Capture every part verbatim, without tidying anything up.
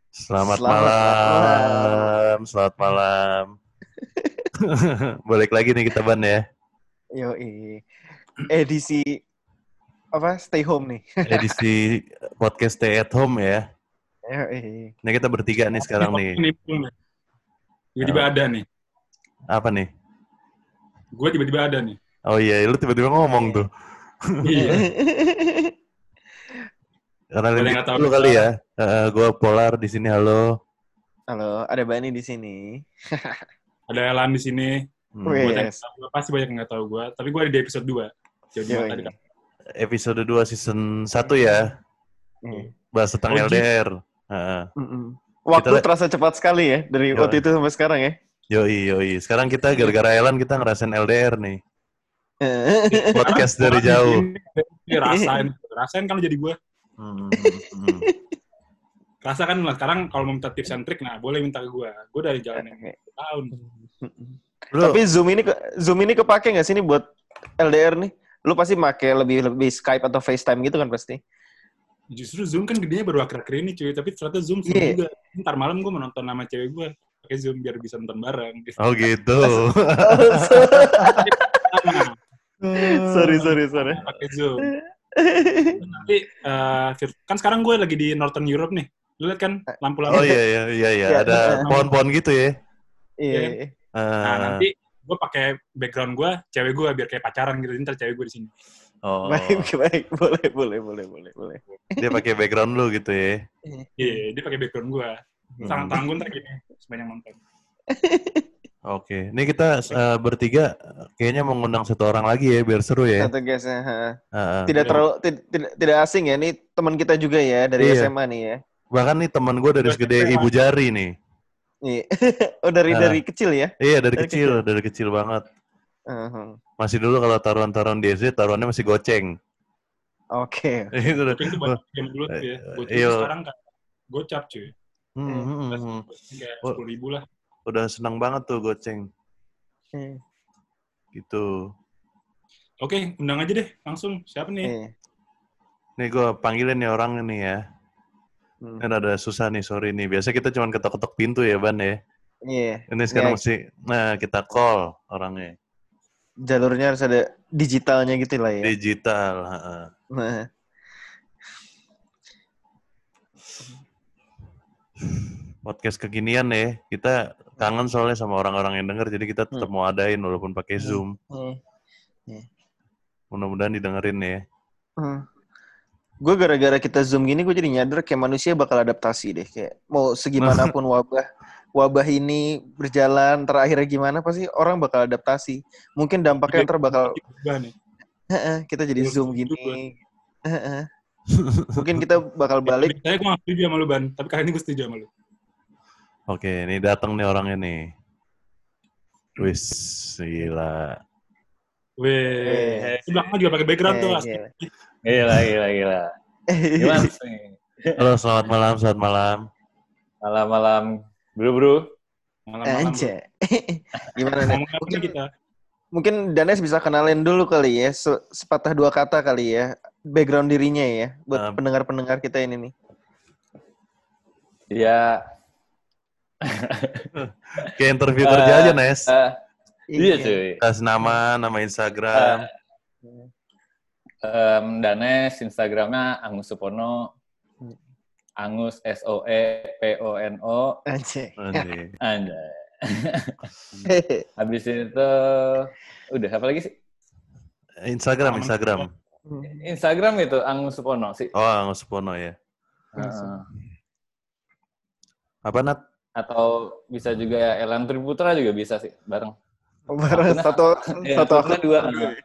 Selamat, Selamat malam. malam, selamat malam. Balik lagi nih kita Ban ya. Yoi. Edisi apa? Stay home nih. Edisi podcast Stay at Home ya. Yoi. Ini kita bertiga nih sekarang nih. Ini pun tiba-tiba Oh, ada nih. apa nih? Gue tiba-tiba ada nih. Oh iya, lu tiba-tiba ngomong tuh. Iya. Kenalin Boleh diri nggak tahu dulu kita. kali ya. Uh, gue Polar di sini, halo. Halo, ada Bani di sini. Ada Elan di sini. Hmm. Wih. Buat yang Yes. nggak tahu, gua pasti banyak yang nggak tahu gue. Tapi gue ada di episode dua. Jadi Yoi. tadi kan. Episode dua season satu ya. Hmm. Bahas tentang Oh, L D R. Uh, Mm-mm. Waktu Kita- terasa cepat sekali ya dari Yoi. waktu itu sampai sekarang ya. yoi, yoi. Sekarang kita gara-gara Elan kita ngerasain L D R nih. Podcast Sekarang dari gua jauh. ini rasain. Rasain kan lo jadi gue. Hmm, hmm, hmm. Rasa kan lah. Sekarang kalau mau minta tips and trick, nah boleh minta ke gue. Gue dari jalan yang tahun. Lu, Tapi Zoom ini ke- Zoom ini kepake nggak sih nih buat L D R nih? Lu pasti make lebih lebih Skype atau FaceTime gitu kan pasti. Justru Zoom kan gedenya baru akhir-akhir ini cuy. Tapi ternyata Zoom seru Iya. juga. Ntar malam gue menonton sama cewek gue. Pakai Zoom biar bisa nonton bareng. oh gitu. sorry sorry sorry. Pakai Zoom. Tapi uh, kan sekarang gue lagi di Northern Europe nih. Lu lihat kan lampu-lampu. Oh iya iya iya iya, Iya. ada pohon-pohon gitu ya. Iya. Nah, Eh, nanti gue pakai background gue, cewek gue biar kayak pacaran gitu. Ntar cewek gue di sini. oh, Baik baik boleh boleh boleh boleh boleh. dia pakai background lu gitu ya. Iya, dia pakai background gue. Tangan-tangan gue ntar gini, sebanyak nonton. Oke, ini kita eh, bertiga kayaknya mengundang satu orang lagi ya biar seru ya. Satu guys ya. ha. Eh, Tidak terlalu tid- tidak tidak asing ya. Ini teman kita juga ya dari Iya. S M A nih ya. bahkan nih teman gue dari segede ibu jari nih. Iya. oh dari Ah. dari kecil ya. Iya dari Dari kecil, dari kecil banget. Uh-huh. Masih dulu kalau taruhan-taruhan di S D, taruhannya masih goceng. Oke. Itu udah. Goceng tuh banyak game dulu tuh ya. Goceng Iya. tuh sekarang kan gocap cuy. Hmm, hmm, hmm, hmm. Kayak Oh. sepuluh ribu lah. Udah senang banget tuh goceng Hmm. gitu. Oke, undang aja deh langsung. Siapa nih? Iya. Nih gue panggilin nih orang ini ya. Hmm. Ini ada susah nih, sorry nih. Biasa kita cuma ketok-ketok pintu ya, Ban ya. Iya. Ini sekarang Iya. mesti, nah kita call orangnya. Jalurnya harus ada digitalnya gitu lah ya. Digital. heeh. Nah. Podcast kekinian ya. Kita kangen soalnya sama orang-orang yang denger, jadi kita tetap mau adain walaupun pakai Zoom. Hmm. Mudah-mudahan didengerin ya. Hmm. Gue gara-gara kita Zoom gini gue jadi nyadar kayak manusia bakal adaptasi deh. Kayak mau segimanapun wabah wabah ini berjalan terakhirnya gimana pasti orang bakal adaptasi. Mungkin dampaknya ntar bakal Juga nih. Heeh, kita jadi Iya, Zoom juga. gini. Heeh. Mungkin kita bakal balik. Saya gue gak setuju sama lu, Ban. Tapi kali ini gue setuju sama lu. Oke, ini datang nih orangnya nih. Wis, gila. Weh, itu belakang juga pakai background tuh. Eh, asli. gila. Gila, gila, gila. Gimana nih? Halo, selamat malam, selamat malam. Malam-malam, bro-bro. Malam-malam. Anjay. Gimana nih? Ngomong apa nih Mungkin, kita? mungkin Danes bisa kenalin dulu kali ya, se- sepatah dua kata kali ya, background dirinya ya, buat Um, pendengar-pendengar kita ini nih. Ya, Kayak interview Eh, kerja aja, Nes. eh, iya cuy. Kasih nama, nama Instagram. Em, Danes, Instagramnya Angus Supono. Angus S O E P O N O. Anjay. Anjir. Anjay. Habis itu, udah apa lagi sih? Instagram, Instagram. Instagram itu Angus Supono sih. Oh, Angus Supono ya. Heeh. Apa, Nat? Atau bisa juga ya Elan Triputra juga bisa sih bareng. Barang Akunnya- satu Ya, satu akunnya akun. dua.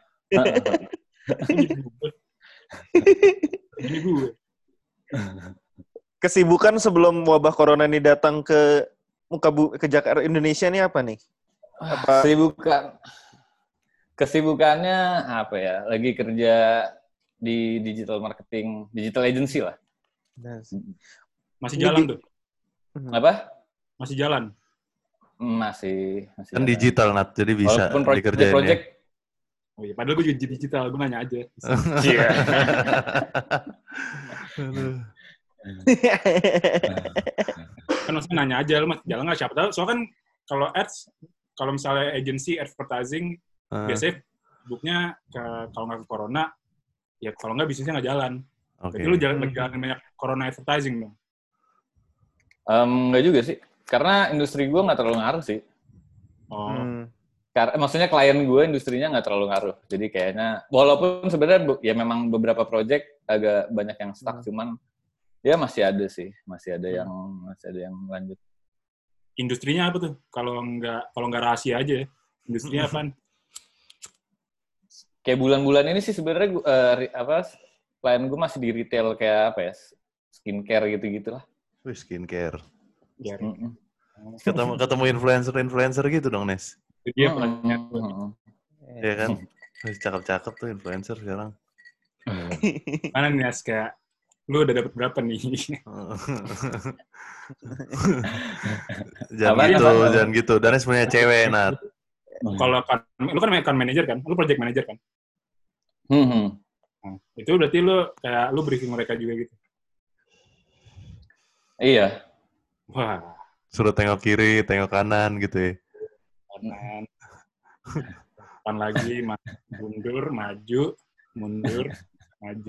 Ini gue. Ini gue. Kesibukan sebelum wabah corona ini datang ke muka bu ke Jakarta Indonesia ini apa nih? Apa- Kesibukan kesibukannya apa ya? Lagi kerja di digital marketing, digital agency lah. Masih Ini jalan di- tuh. Apa? Masih jalan. Masih masih Kan jalan. digital, Nat. Jadi bisa Walaupun dikerjain ya. project-project Oh iya, padahal gue juga digital, gue nanya aja. Iya. Aduh. Kan maksudnya nanya aja, lu jalan nggak, siapa tahu. Soalnya kan kalau ads, kalau misalnya agency advertising, Uh, biasanya booknya ke, kalau nggak ke corona, ya kalau nggak bisnisnya nggak jalan. Oke. Jadi lu jangan jalanin banyak corona advertising dong. Um, nggak juga sih. Karena industri gue nggak terlalu ngaruh sih. Oh. Hmm. Karena maksudnya klien gue industrinya nggak terlalu ngaruh. Jadi kayaknya, walaupun sebenarnya bu- ya memang beberapa project agak banyak yang stuck, Hmm. cuman ya masih ada sih, masih ada yang masih ada yang lanjut. Industrinya apa tuh? Kalau nggak kalau nggak rahasia aja ya. Industrinya apaan? Kayak bulan-bulan ini sih sebenarnya gu- eh, ri- apa klien gue masih di retail kayak apa ya, skincare gitu-gitu lah. Wih, skincare. Biar Mm-mm. Ketemu ketemu influencer-influencer gitu dong, Nes. dia Mm-mm. banyak. Mm-mm. Iya kan? Wih, cakep-cakep tuh influencer sekarang. Mana nih As, kayak lu udah dapat berapa nih? Jangan Apaan, gitu, apaan? jangan gitu. Danes punya cewek, Nat. Kalau kan lu kan account manager kan, lu project manager kan. Hmm. Nah, itu berarti lu kayak lu briefing mereka juga gitu. Iya. Wah, Suruh tengok kiri, tengok kanan gitu ya. kanan. Depan lagi, ma- mundur, maju, mundur, maju.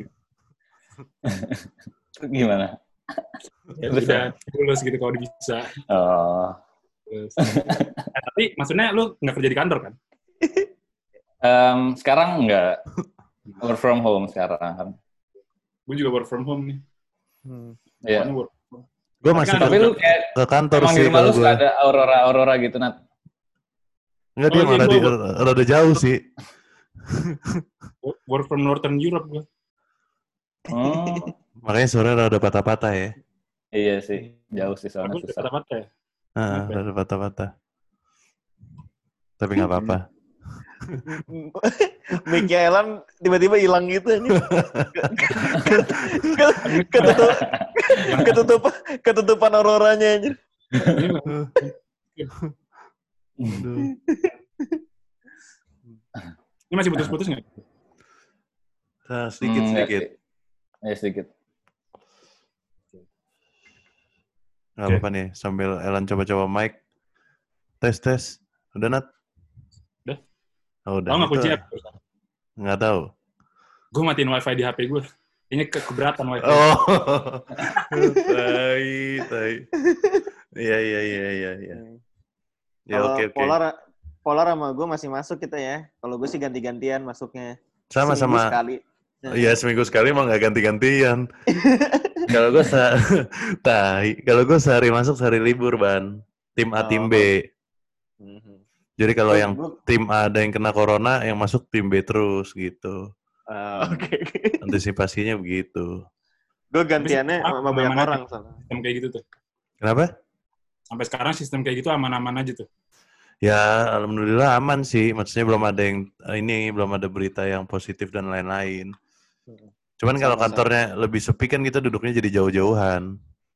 Gimana? Ya udah lulus gitu kalau bisa. Oh. Terus. Eh, tapi maksudnya lu nggak kerja di kantor kan? Em, sekarang enggak. Work from home sekarang kan. Gue juga work from home nih. Hmm. Iya. Pokoknya work from home. Gue masih Tapi Tapi ke, lu kayak ke kantor emang di sih rumah kalau lu gue. suka ada aurora-aurora gitu, Nat? Enggak, Oh, dia iya, malah di, gua- rada jauh sih. Work- Work from Northern Europe gue. Oh. Makanya sore rada patah-patah ya. Iya sih, jauh sih soalnya Aku susah. kata-kata ya. Heeh, Kenapa ya? rada patah-patah. Tapi nggak apa-apa. Mic-nya Elan tiba-tiba hilang gitu ini. Ketutup, ketutup, ketutupan auroranya anjir. Aduh. Ini masih putus-putus nggak? Nah, sedikit Hmm, sedikit. Ya sedikit. Nggak apa-apa nih, sambil Elan coba-coba mic. Tes tes. Udah, Nat? Udah. Oh, udah. Tahu nggak Itu kunci? nggak tahu. Gue matiin wifi di H P gue. Ini ke keberatan wifi. Oh. Tai, tai. Iya, iya, iya, iya, iya. Ya, Kalau oke, oke. Polar, Polar sama gue masih masuk kita ya. Kalau gue sih ganti-gantian masuknya. Sama-sama. Seminggu sekali. Iya, seminggu sekali emang nggak ganti-gantian. Kalau gue se tai, kalau gue sehari masuk sehari libur, Ban. Tim A, tim B. Mhm. Jadi kalau Gua- yang gua- tim A ada yang kena corona, yang masuk tim B terus gitu. Ah, Oke. Antisipasinya begitu. Gue gantiannya Tapi sama banyak aman-aman orang aja. soalnya. Sistem kayak gitu tuh. Kenapa? Sampai sekarang sistem kayak gitu aman-aman aja tuh. Ya, alhamdulillah aman sih. Maksudnya belum ada yang ini, belum ada berita yang positif dan lain-lain. Cuman kalau Sama-sama. kantornya lebih sepi kan kita duduknya jadi jauh-jauhan.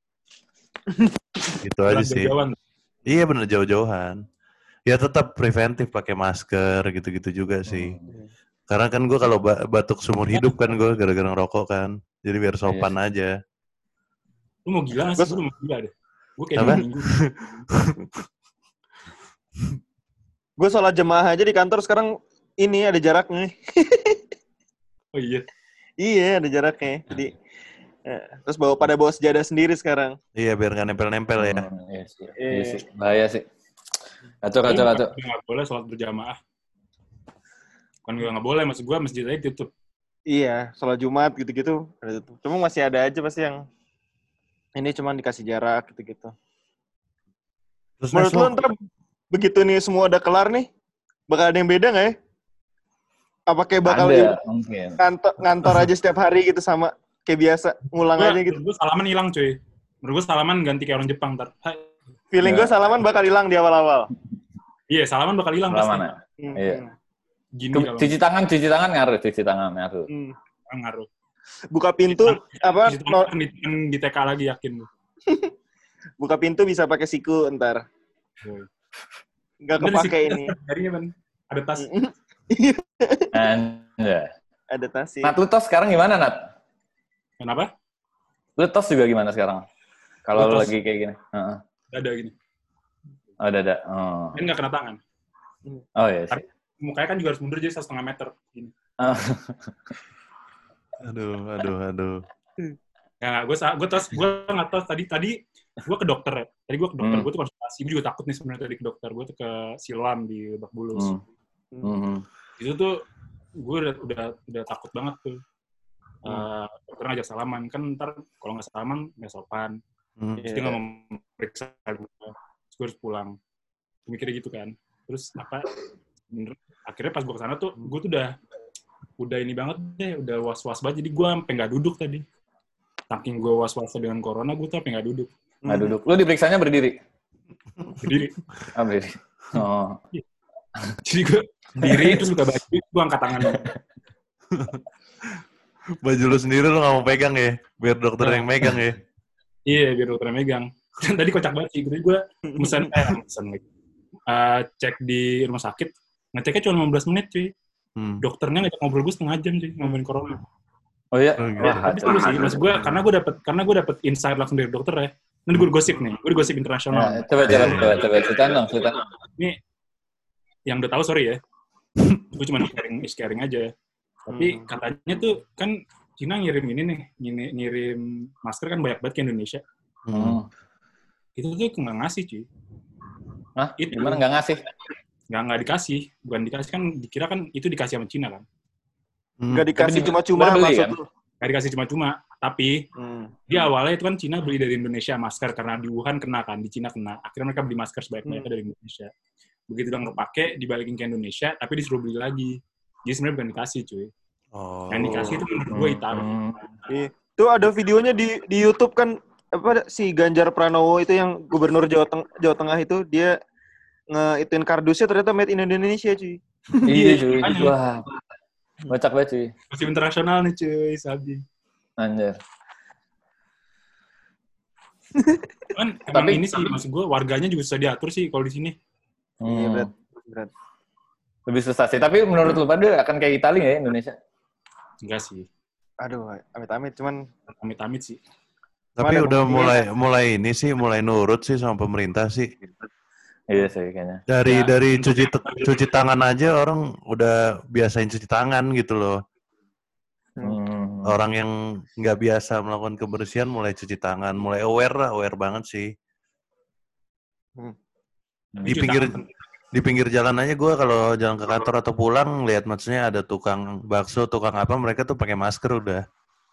Gitu aja Jalan sih. jauh-jauhan. Iya bener jauh-jauhan. Ya tetap preventif pakai masker gitu-gitu juga sih. Hmm. Karena kan gue kalau ba- batuk seumur hidup kan gue gara-gara ngerokok kan. Jadi biar sopan Iya aja. Lu mau gila nggak sih? Lu mau gila deh. Gue kayak Apa? dua minggu. Gue sholat jemaah aja di kantor sekarang ini ada jaraknya. Oh iya. Iya ada jaraknya. Jadi eh, terus bawa pada bawa sejadah sendiri sekarang. Iya biar nggak nempel-nempel ya. Hmm, iya sih. Iya. Iya sih. Bahaya sih. Kacau, kacau, kacau. Tapi nggak boleh sholat berjamaah. Kan gue nggak boleh, maksud gue masjid aja tutup. Iya, sholat Jumat gitu-gitu. ada tutup. Cuma masih ada aja pasti yang ini cuma dikasih jarak gitu-gitu. Terus Menurut Nes, lu lo- ntar begitu nih semua udah kelar nih, bakal ada yang beda nggak ya? Apa kayak bakal Ada, di- mungkin. ngantor, ngantor aja setiap hari gitu sama kayak biasa, ngulang aja gitu. Menurut gue salaman hilang cuy. Menurut gue salaman ganti kayak orang Jepang ntar. Hai. Feeling gue salaman bakal hilang di awal-awal. Iya, salaman bakal hilang Lama, pasti. Nak. Hmm. Iya. Gini Ke- kalau Cuci tangan, cuci tangan ngaruh, cuci tangan ngaruh. Hmm. nggak ngaruh. Buka pintu apa? Cuci no- tangan di, di T K lagi yakin gue. buka pintu bisa pakai siku ntar. Nggak Bener sih, kepake ini. Jarinya kan ada tas. Anda. Ada tas sih. Nat, lu tos sekarang gimana, Nat? Kenapa? Lu tos juga gimana sekarang? Kalau Lu lu tos. lagi kayak gini. Heeh. dada gini. Oh, dada. Oh. Kan nggak kena tangan. Oh iya sih. Mukanya kan juga harus mundur jadi satu setengah meter. Gini. Oh. Aduh, aduh, aduh. Ya, gue gue terus gue nggak tahu tadi tadi gue ke dokter ya. Tadi gue ke dokter, Hmm. gue tuh konsultasi. Gue juga takut nih sebenarnya tadi ke dokter. Gue tuh ke Siloam di Lebak Bulus. Hmm. Hmm. Itu tuh gue udah udah udah takut banget tuh. Uh, dokter ngajak salaman kan ntar kalau nggak salaman nggak sopan. Hmm. Terus dia nggak mau periksa gue. Terus gue harus pulang. Gue mikirnya gitu kan. Terus apa? Bener, akhirnya pas gue kesana tuh gue tuh udah udah ini banget deh, udah was-was banget. Jadi gue sampai nggak duduk tadi. Saking gue was-was dengan corona, gue tuh sampai nggak duduk. Nggak duduk. Lu diperiksanya berdiri? Berdiri. Ah, berdiri. Oh. Jadi gue berdiri, terus buka baju, gue angkat tangan. Baju lu sendiri lu nggak mau pegang ya? Biar dokter yang megang ya? Iya, biar dokternya megang. Kan tadi kocak banget sih. Jadi gue pesan, eh, pesan lagi. Uh, cek di rumah sakit, ngeceknya cuma lima belas menit, cuy. Hmm. Dokternya ngajak ngobrol gue setengah jam, cuy, ngomongin corona. Oh iya? Oh, gitu. Ya, tapi seru sih, maksud gue, karena gue dapet, karena gue dapet insight langsung dari dokter ya. Nanti gue gosip nih, gue gosip internasional. Nah, coba, coba, coba, coba, ceritain dong, ceritain. Ini, yang udah tahu sorry ya, gue cuma sharing, sharing aja. Tapi Hmm. katanya tuh, kan Cina ngirim ini nih, ngirim, ngirim masker kan banyak banget ke Indonesia. Hmm. Itu tuh nggak ngasih, cuy. Hah? Itu. Gimana nggak ngasih? Nggak, nggak dikasih. Bukan dikasih, kan dikira kan itu dikasih sama Cina kan. Hmm. Nggak dikasih Tapi cuma-cuma bener-bener maksud kan? lu. Nggak dikasih cuma-cuma. Tapi, Hmm. di awalnya itu kan Cina beli dari Indonesia masker, karena di Wuhan kena kan, di Cina kena. Akhirnya mereka beli masker sebanyak-banyaknya dari Indonesia. Begitu udah kepake, dibalikin ke Indonesia, tapi disuruh beli lagi. Jadi sebenarnya bukan dikasih, cuy. Oh. Yang dikasih itu menurut gue hitam. Hmm. Iya. Tuh ada videonya di di YouTube kan, apa si Ganjar Pranowo itu yang gubernur Jawa, Teng Jawa Tengah itu, dia nge-ituin kardusnya ternyata made in Indonesia, cuy. Iya, cuy. makanya. Wah. Bocak banget, cuy. Masih internasional nih, cuy, Sabi. Anjir. Kan emang Tapi- ini sih, maksud gue, warganya juga susah diatur sih kalau di sini. Iya, Hmm. berat. Berat. Lebih susah sih. Tapi menurut lu pada akan kayak Italia ya Indonesia? Enggak sih. Aduh, amit-amit cuman Amit-amit sih. Tapi Mana udah buktinya? mulai mulai ini sih, mulai nurut sih sama pemerintah sih. Iya sih kayaknya. Dari Ya, dari untuk- cuci te- cuci tangan aja orang udah biasain cuci tangan gitu loh. Hmm. Orang yang nggak biasa melakukan kebersihan mulai cuci tangan, mulai aware lah, aware banget sih. Di Cuci pinggir tangan. di pinggir jalan aja gue kalau jalan ke kantor atau pulang lihat maksudnya ada tukang bakso, tukang apa, mereka tuh pakai masker udah.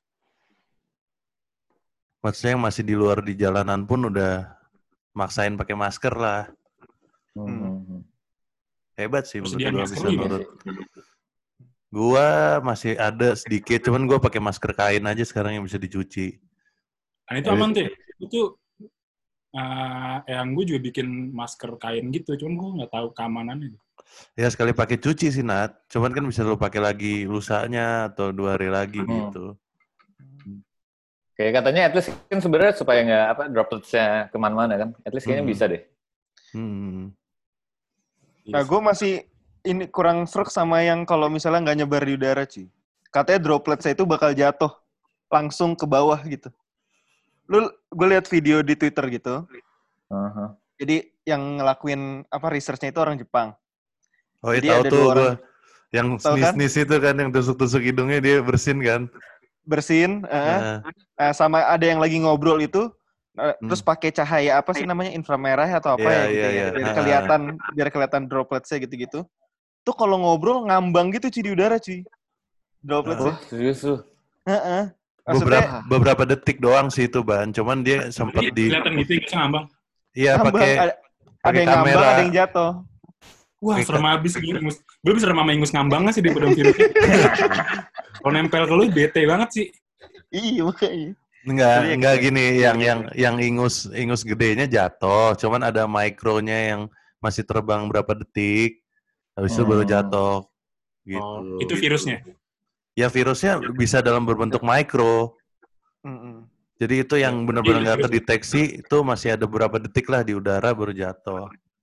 Maksudnya yang masih di luar di jalanan pun udah maksain pakai masker lah. Hmm. Hebat sih menurut Persediaan gue masker bisa juga nurut. Gua masih ada sedikit, cuman gue pakai masker kain aja sekarang yang bisa dicuci. Nah, itu aman tuh ya. Itu uh, yang gue juga bikin masker kain gitu, cuman gue nggak tahu keamanannya. Ya sekali pakai cuci sih Nat, cuman kan bisa lo pakai lagi lusanya atau dua hari lagi Hmm. gitu. Kayak katanya at least kan sebenarnya supaya nggak apa droplets-nya kemana-mana kan. At least kayaknya Hmm. bisa deh. Hmm. Nah, gue masih ini kurang serk sama yang kalau misalnya nggak nyebar di udara, cuy. Katanya dropletnya itu bakal jatuh langsung ke bawah gitu. Lu, gue lihat video di Twitter gitu. Uh-huh. Jadi yang ngelakuin apa research-nya itu orang Jepang. Oh iya Jadi tahu ada tuh dua gue, orang. yang Tahu kan? snis-snis itu kan, yang tusuk-tusuk hidungnya dia bersin kan. Bersin, eh, Nah, eh, sama ada yang lagi ngobrol itu, eh, Hmm. terus pakai cahaya apa sih namanya inframerah atau apa Iya, ya gitu iya, ya, iya. biar Ha-ha. kelihatan biar kelihatan dropletsnya gitu-gitu. Tuh kalau ngobrol ngambang gitu cuy di udara cuy, dropletsnya. Wah, serius lu. Heeh. Maksudnya beberapa beberapa detik doang sih itu Ban, cuman dia sempat Jadi di kelihatan gitu, ya, ngambang. iya ngambang, pakai ada, ada pakai yang ngambang, kamera. ada yang jatuh. Wah, Pakai serem abis ingus. Gue bisa sama ingus ngambangnya sih daripada virusnya. Kalau nempel ke lu, bete banget sih. Iya makanya. Enggak, Tapi ya enggak kayak- gini, yang yang yang ingus ingus gedenya jatuh, cuman ada mikronya yang masih terbang berapa detik, habis itu baru Hmm. jatuh. Gitu. Oh, itu virusnya. Ya virusnya bisa dalam berbentuk mikro. Mm-mm. Jadi itu yang Ya, benar-benar iya, nggak virus. kedeteksi, itu masih ada beberapa detik lah di udara baru jatuh.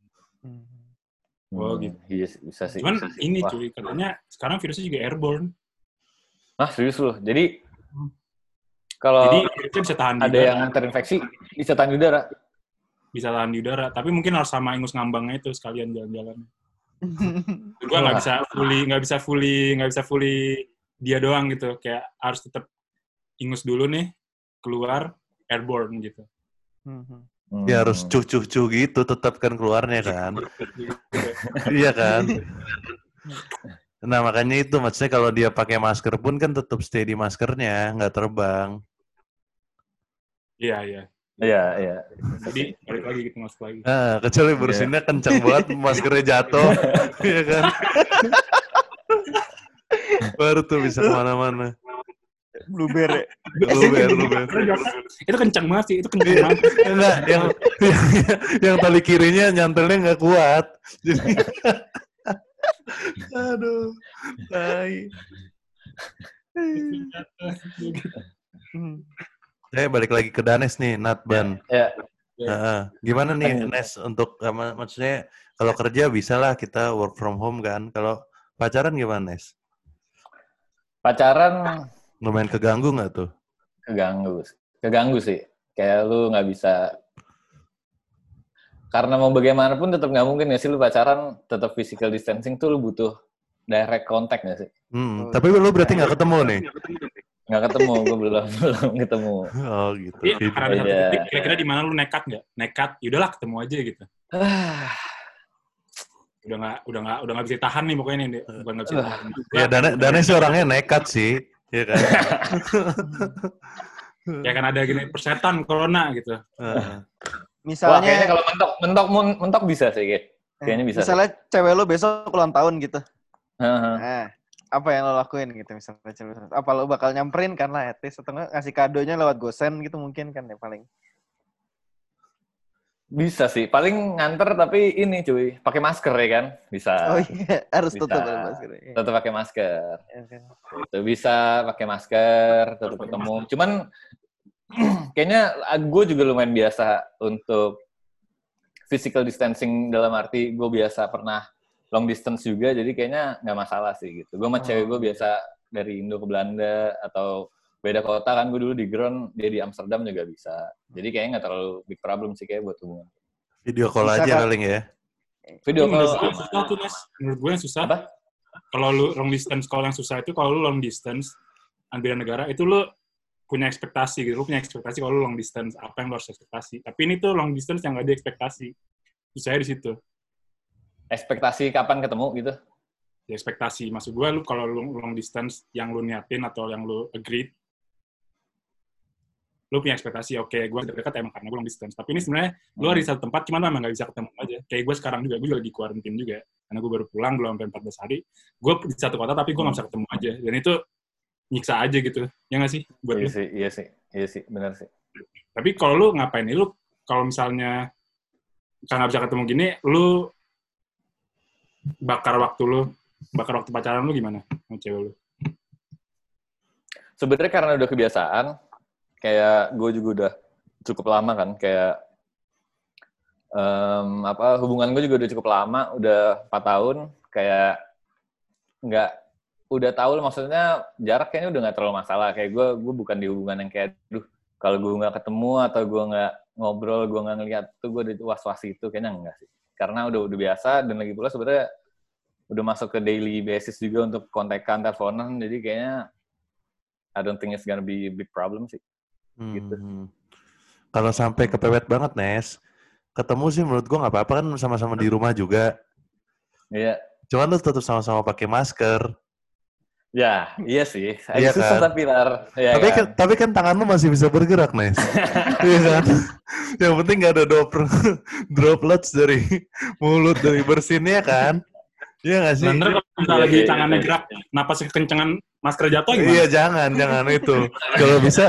Oh, Hmm, gitu. Iya, sih, bisa sih. Cuman bisa sih. ini Wah. cuy, katanya sekarang virusnya juga airborne. Ah, serius lu. Jadi kalau Jadi virusnya bisa tahan di ada udara. yang terinfeksi bisa tahan di udara. bisa tahan di udara. Tapi mungkin harus sama ingus ngambangnya itu sekalian jalan-jalan. Gue nggak bisa fully, nggak bisa fully, nggak bisa fully dia doang gitu. Kayak harus tetap ingus dulu nih, keluar airborne gitu. Hmm. Ya harus cuh-cuh-cuh gitu, tetap kan keluarnya kan. Iya kan. Nah makanya itu maksudnya kalau dia pakai masker pun kan tetap stay di maskernya, nggak terbang. Iya iya. Iya iya. Jadi balik lagi gitu masuk lagi. Nah kecuali bersinnya yeah. kencang banget, maskernya jatuh, iya kan. Baru tuh bisa kemana-mana. Blueberry. Blueberry, blueberry. Itu kencang banget sih, itu kencang banget. Enggak, yang, yang yang tali kirinya nyantelnya nggak kuat. Jadi aduh, tai. Saya balik lagi ke Danes nih, Natban. Ya. ya. Uh, gimana nih, Nes, untuk uh, maksudnya kalau kerja bisa lah kita work from home kan. Kalau pacaran gimana, Nes? Pacaran lumayan keganggu nggak tuh? Keganggu, keganggu sih. Kayak lu nggak bisa. Karena mau bagaimanapun tetap nggak mungkin ya sih lu pacaran tetap physical distancing tuh lu butuh direct contact nggak sih? Hmm, tapi lu berarti nggak ketemu nih? Nggak ketemu, gue belum belum ketemu. Oh gitu. Iya, karena ada satu titik, kira-kira di mana lu nekat nggak? Nekat, yaudahlah ketemu aja gitu. udah nggak, udah nggak, udah nggak bisa tahan nih pokoknya nih, bukan nggak bisa tahan. Ya Dane, Dane sih orangnya nekat sih, ya kan. Ya kan ada gini persetan corona gitu. Misalnya wah, kayaknya kalau mentok mentok mentok bisa sih kayak. Kayaknya bisa. Misalnya sih. Cewek lo besok ulang tahun gitu. Uh-huh. Nah, apa yang lo lakuin gitu misalnya cewek. Apa lo bakal nyamperin kan lah at least atau enggak ngasih kadonya lewat gosen gitu mungkin kan ya paling. Bisa sih, paling nganter tapi ini cuy, pakai masker ya kan? Bisa. Oh iya, harus bisa. tetap pakai masker. Ya. Tetap pakai masker. Ya, kan. Itu bisa pakai masker, tetap ketemu. Cuman kayaknya gue juga lumayan biasa untuk physical distancing dalam arti gue biasa pernah long distance juga, jadi kayaknya nggak masalah sih gitu. Gue sama oh. cewek gue biasa dari Indo ke Belanda atau beda kota kan, gue dulu di Groen, dia di Amsterdam juga bisa. Jadi kayaknya nggak terlalu big problem sih kayak buat hubungan. Video call bisa aja paling ya. Video call. Menurut gue yang susah tuh, Mas. Menurut gue yang susah. Apa? Kalau lu long distance call yang susah itu kalau lu long distance beda negara itu lu punya ekspektasi gitu. Lu punya ekspektasi kalau lu long distance apa yang lu harus ekspektasi. Tapi ini tuh long distance yang nggak ada ekspektasi. Susahnya di situ. Ekspektasi kapan ketemu gitu? Ya, ekspektasi. Maksud gue lu kalau lu long distance yang lu niatin atau yang lu agreed, lu punya ekspektasi, oke, okay, gue dekat emang karena gue long distance. Tapi ini sebenarnya hmm. lu ada di satu tempat, cuman emang gak bisa ketemu aja. Kayak gue sekarang juga, gue juga lagi quarantine juga. Karena gue baru pulang, belum sampai empat belas hari. Gue di satu kota, tapi gue gak bisa ketemu aja. Dan itu nyiksa aja gitu. Ya gak sih? Buat iya lu? sih, iya sih. Iya sih, benar sih. Tapi kalau lu ngapain nih? Lu kalau misalnya karena gak bisa ketemu gini, lu bakar waktu lu, bakar waktu pacaran lu gimana sama cewek lu? Sebenarnya karena udah kebiasaan, kayak gue juga udah cukup lama kan, kayak um, apa hubungan gue juga udah cukup lama, udah empat tahun, kayak nggak udah tahu lah, maksudnya jarak kayaknya udah nggak terlalu masalah. Kayak gue gue bukan di hubungan yang kayak, duh kalau gue nggak ketemu atau gue nggak ngobrol, gue nggak ngeliat tuh gue udah was-was itu, kayaknya enggak sih. Karena udah udah biasa, dan lagi pula sebenarnya udah masuk ke daily basis juga untuk kontekan, teleponan, jadi kayaknya I don't think it's gonna be a big problem sih. Gitu. Hmm. Kalau sampai kepepet banget, Nes, ketemu sih menurut gue nggak apa-apa kan, sama-sama di rumah juga. Iya. Cuman lu tetap sama-sama pakai masker. Ya, iya sih. Iya susah kan? tapi lar. Ya, tapi, kan? kan, tapi kan tangan lu masih bisa bergerak, Nes. Iya kan? Yang penting nggak ada droplet, droplets dari mulut, dari bersinnya kan? Iya nggak sih? Bener kalau misalnya lagi tangannya gerak, napas kekencengan masker jatuh gimana? Iya jangan, jangan itu. Kalau bisa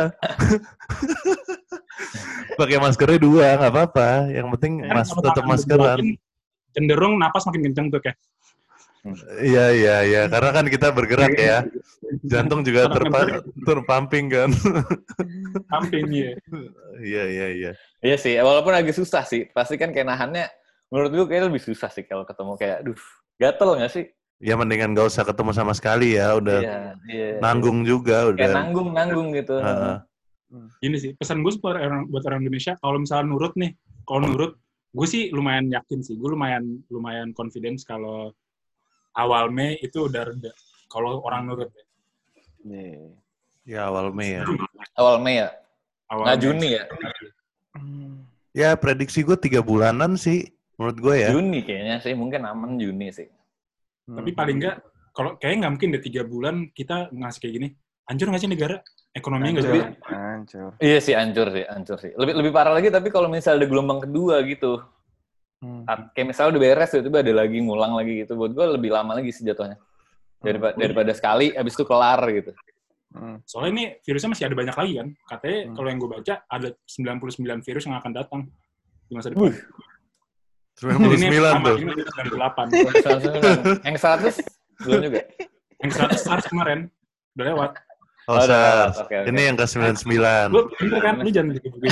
pakai maskernya dua, nggak apa-apa. Yang penting mas tetap maskeran. Cenderung napas makin kenceng tuh kayak. Iya iya iya, karena kan kita bergerak ya. Jantung juga terpa- terpumping kan. Pumping ya. Iya iya iya. Iya sih, walaupun agak susah sih. Pasti kan kayak nahannya, menurut gue kayaknya lebih susah sih kalau ketemu kayak, duh, gatel nggak sih? Ya mendingan gak usah ketemu sama sekali ya, udah iya, iya, nanggung iya. juga udah. Kayak nanggung nanggung gitu. Uh-huh. Ini sih pesan gue buat orang buat orang Indonesia, kalau misalnya nurut nih, kalau menurut gue sih lumayan yakin sih. Gue lumayan lumayan confidence kalau awal Mei itu udah reda. Kalau orang nurut ya. Yeah. Ya awal Mei ya. Awal Mei ya? Awal Nggak Mei. Juni ya? Ya prediksi gue tiga bulanan sih menurut gue ya. Juni kayaknya sih, mungkin aman Juni sih. Tapi paling nggak, kalau kayaknya nggak mungkin deh tiga bulan kita ngasih kayak gini. Hancur nggak sih negara? Ekonominya nggak jalan. Hancur. Iya sih, hancur sih, hancur sih. Lebih lebih parah lagi tapi kalau misalnya ada gelombang kedua gitu. Hmm. Kayak misalnya udah beres, tiba-tiba ada lagi, ngulang lagi gitu. Buat gue lebih lama lagi sih jatuhnya. Daripada, daripada sekali, habis itu kelar gitu. Hmm. Soalnya ini virusnya masih ada banyak lagi kan. Katanya hmm. kalau yang gue baca, ada sembilan puluh sembilan virus yang akan datang di masa depan. Uh. sembilan puluh sembilan ini tuh. sembilan puluh delapan. Yang seratus belum juga. Yang seratus SARS kemarin. Udah lewat. Oh, SARS. Okay, okay. Ini yang ke sembilan puluh sembilan. Lu pinter kan? Lu jangan gitu-gitu.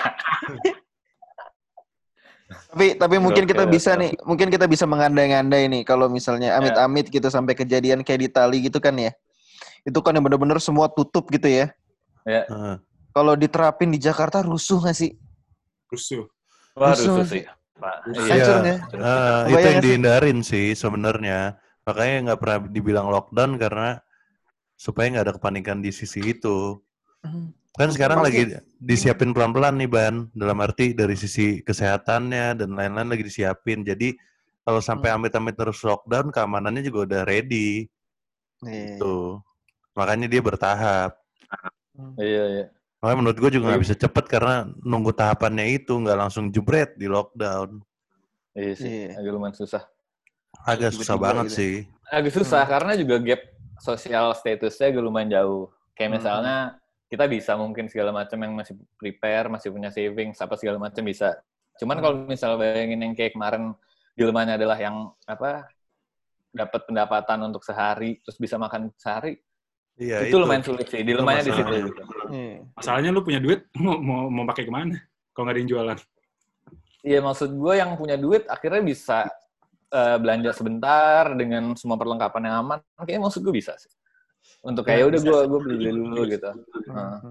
Tapi tapi mungkin kita bisa nih, mungkin kita bisa mengandai-andai nih kalau misalnya amit-amit gitu sampai kejadian kayak di Itali gitu kan ya. Itu kan yang benar-benar semua tutup gitu ya. Ya. Uh. Kalau diterapin di Jakarta rusuh nggak sih? Rusuh. Wah, rusuh, rusuh sih. Pak. Hancur nggak? Uh, itu yang dihindarin sih sebenarnya. Makanya nggak pernah dibilang lockdown karena supaya nggak ada kepanikan di sisi itu. Hmm. Kan sekarang lagi disiapin pelan-pelan nih Ban, dalam arti dari sisi kesehatannya dan lain-lain lagi disiapin. Jadi kalau sampai amit-amit terus lockdown, keamanannya juga udah ready. Yeah. Gitu. Makanya dia bertahap. Iya, iya. Makanya menurut gue juga nggak bisa cepet karena nunggu tahapannya itu, nggak langsung jebret di lockdown. Iya sih, yeah. agak lumayan susah. Agak susah Tiba-tiba banget gitu. sih. Agak susah hmm. karena juga gap sosial statusnya agak lumayan jauh. Kayak misalnya hmm. kita bisa mungkin segala macam yang masih prepare, masih punya savings, apa segala macam bisa. Cuman hmm. kalau misalnya bayangin yang kayak kemarin di rumahnya adalah yang apa dapat pendapatan untuk sehari, terus bisa makan sehari, iya, itu, itu lumayan sulit sih. Di rumahnya di situ. Masalahnya lu punya duit, mau mau, mau pakai kemana? Kalau nggak ada yang jualan. Iya, maksud gue yang punya duit akhirnya bisa uh, belanja sebentar dengan semua perlengkapan yang aman. Kayaknya maksud gue bisa sih. Untuk kayak udah gue gue beli dulu gitu. Uh.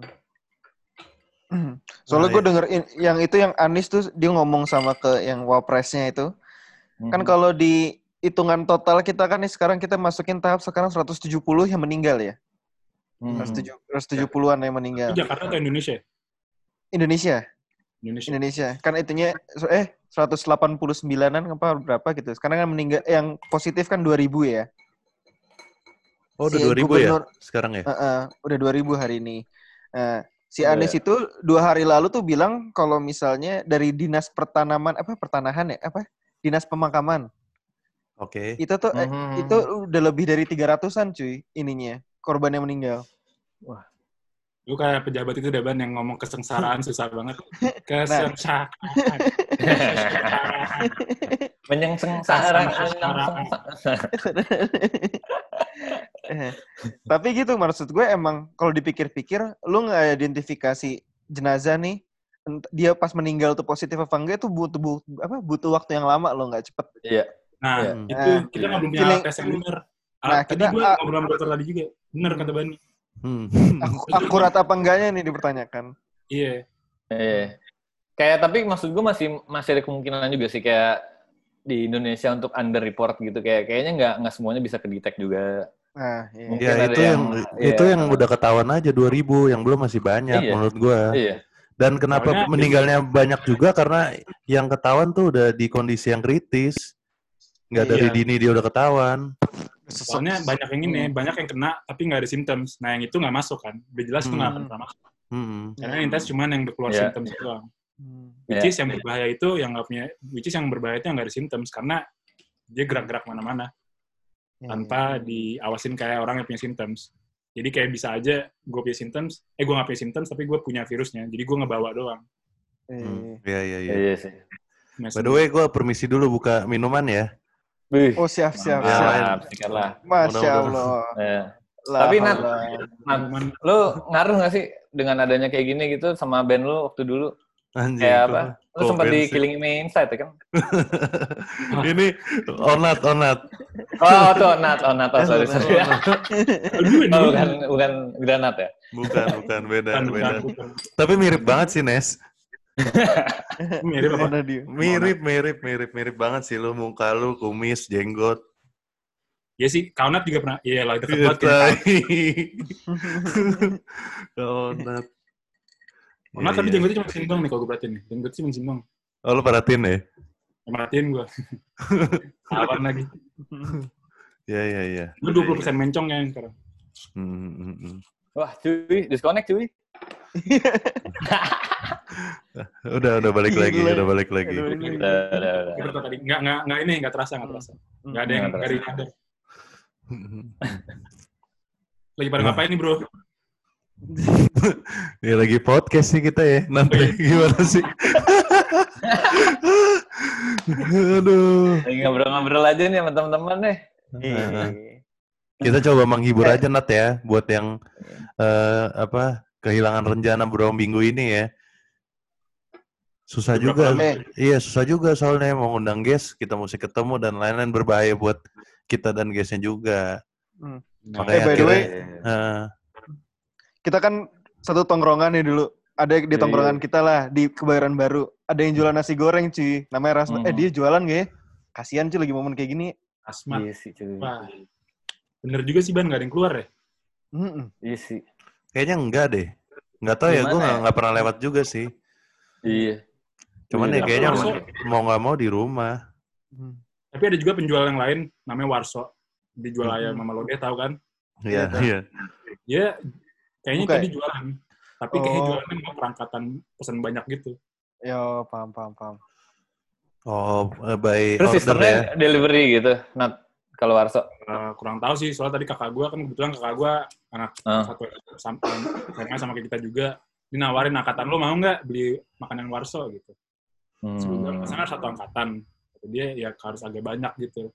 Soalnya gue denger in, yang itu yang Anies tuh dia ngomong sama ke yang wapresnya itu. Mm-hmm. Kan kalau di hitungan total kita kan nih sekarang kita masukin tahap sekarang seratus tujuh puluh yang meninggal ya. Hmm. seratus tujuh puluhan yang meninggal. Itu Jakarta atau Indonesia? Indonesia. Indonesia. Indonesia. Kan itunya eh seratus delapan puluh sembilanan apa berapa gitu. Sekarang kan meninggal yang positif kan dua ribu ya. Oh, udah si dua ribu gubernur, ya sekarang ya? Uh, uh, udah dua ribu hari ini. Uh, si oh, Anies ya. Itu dua hari lalu tuh bilang kalau misalnya dari Dinas Pertanaman apa pertanahan ya apa? Dinas Pemakaman. Oke. Okay. Itu tuh hmm. eh, itu udah lebih dari tiga ratusan cuy ininya. Korban yang meninggal. Wah. Lu kayak pejabat itu deh Ban yang ngomong kesengsaraan susah banget. Kesengsaraan. Menyengsaraan. Tapi gitu maksud gue emang kalau dipikir-pikir lu nggak identifikasi jenazah nih dia pas meninggal tuh positif apa enggak itu butuh butuh apa butuh waktu yang lama lo nggak cepet. Iya. Nah ya. itu nah, kita nggak belum punya tes yang benar. Nah, tadi gue uh, ngobrol sama dokter tadi juga. Bener kata Bani. Hmm. Ak- akurat apa enggaknya nih dipertanyakan. Iya. Eh. Kayak tapi maksud gue masih masih ada kemungkinan juga sih kayak di Indonesia untuk under report gitu kayak kayaknya nggak nggak semuanya bisa kedetect juga. Nah, iya. Mungkin ya itu yang, yang itu ya. yang udah ketahuan aja dua ribu yang belum masih banyak iya. menurut gue. Iya. Dan kenapa Soalnya, meninggalnya itu... banyak juga karena yang ketahuan tuh udah di kondisi yang kritis. Nggak iya. dari dini dia udah ketahuan. Soalnya banyak yang ini, hmm. banyak yang kena tapi nggak ada symptoms. Nah yang itu nggak masuk kan, udah jelas hmm. itu nggak pernah masuk. Hmm. Karena yang tes cuma yang keluar yeah. symptoms doang. Hmm. Which is yeah. yang berbahaya itu yang nggak punya, which is yang berbahaya itu yang nggak ada symptoms karena dia gerak-gerak mana-mana yeah. tanpa diawasin kayak orang yang punya symptoms. Jadi kayak bisa aja gue punya symptoms, eh gue nggak punya symptoms tapi gue punya virusnya, jadi gue ngebawa doang. Hmm. Iya iya iya. Iya sih. By the way gue permisi dulu buka minuman ya. Bih. Oh siap siap siap. siap. Masya Allah. Ya. Tapi Nat, Nat, lu ngaruh nggak sih dengan adanya kayak gini gitu sama band lu waktu dulu? Anjing, kayak apa? Lu sempat di Killing Me Inside ya kan? Ini Onat Onat. Oh tuh Onat Onat oh, sorry sorry. Oh, bukan bukan Granat ya? Bukan bukan beda beda. Tapi mirip banget sih Nes. Mirip apa? Mana dia? Mirip, mirip, mirip, mirip banget sih lu. Muka lu, kumis, jenggot. Ya sih, Kaunat juga pernah. Iya lah, deket Iya, banget kan. tai. Kaunat. Kaunat Iya, tapi iya. jenggotnya cuma sindong nih kalau gue perhatiin nih. Jenggotnya cuma sindong. Oh, lu perhatiin ya? Perhatiin gue. Kawan lagi. Iya, iya, iya. Gue dua puluh persen mencong ya sekarang. Hmm, hmm, hmm. Wah, cuy, disconnect cuy. Udah, udah balik Gila. lagi, udah balik lagi. Aduh, ini- Udah, udah, udah. Kita tadi nggak nggak nggak ini nggak terasa nggak terasa. Nggak ada yang Nggak nggak ada yang ada. Lagi pada ngapain nih bro? Ya lagi podcast sih kita ya. Nanti gimana sih? Aduh. Lagi ngobrol-ngobrol aja nih sama teman-teman nih. Iya. Kita coba menghibur aja Nat ya, buat yang eh, apa kehilangan rencana beberapa minggu ini ya. Susah juga, lama? iya susah juga soalnya mau ngundang guest, kita mesti ketemu dan lain-lain berbahaya buat kita dan guestnya juga. Hmm. Nah, Makanya Eh, by the akhirnya, way, eh, kita kan satu tongkrongan nih dulu. Ada di Iya, tongkrongan kita lah di Kebayoran Baru. Ada yang jualan nasi goreng cuy. Namanya Rasma. Hmm. Eh dia jualan gak ya? Kasian cuy lagi momen kayak gini. Asma. Iya sih cuy. Wah. Bener juga sih Ban, nggak ada yang keluar ya? Mm-mm. Iya sih. kayaknya enggak deh. Enggak tahu ya, gue Gimana nggak ya? nggak pernah lewat juga sih. Iya. Cuman Iya, ya kayaknya Warso. mau nggak mau di rumah. Hmm. Tapi ada juga penjual yang lain, namanya Warso. Dijual Hmm. ayam Mama Lode, tahu kan? Iya, Iya, iya. Dia kayaknya Buka ya? tadi jualan. Tapi kayaknya Oh. jualannya mau perangkatan pesan banyak gitu. Yo, paham, paham, paham. Oh, eh, by Terus order sistemnya ya. delivery gitu, Nat, kalau Warso. Uh, kurang tahu sih, soalnya tadi kakak gue kan kebetulan kakak gue anak Ah. satu sama, sama sama kayak kita juga. Dia nawarin, angkatan lo mau nggak beli makanan Warso gitu. Sebelumnya Hmm. pesanan satu angkatan. Kata dia ya harus agak banyak gitu.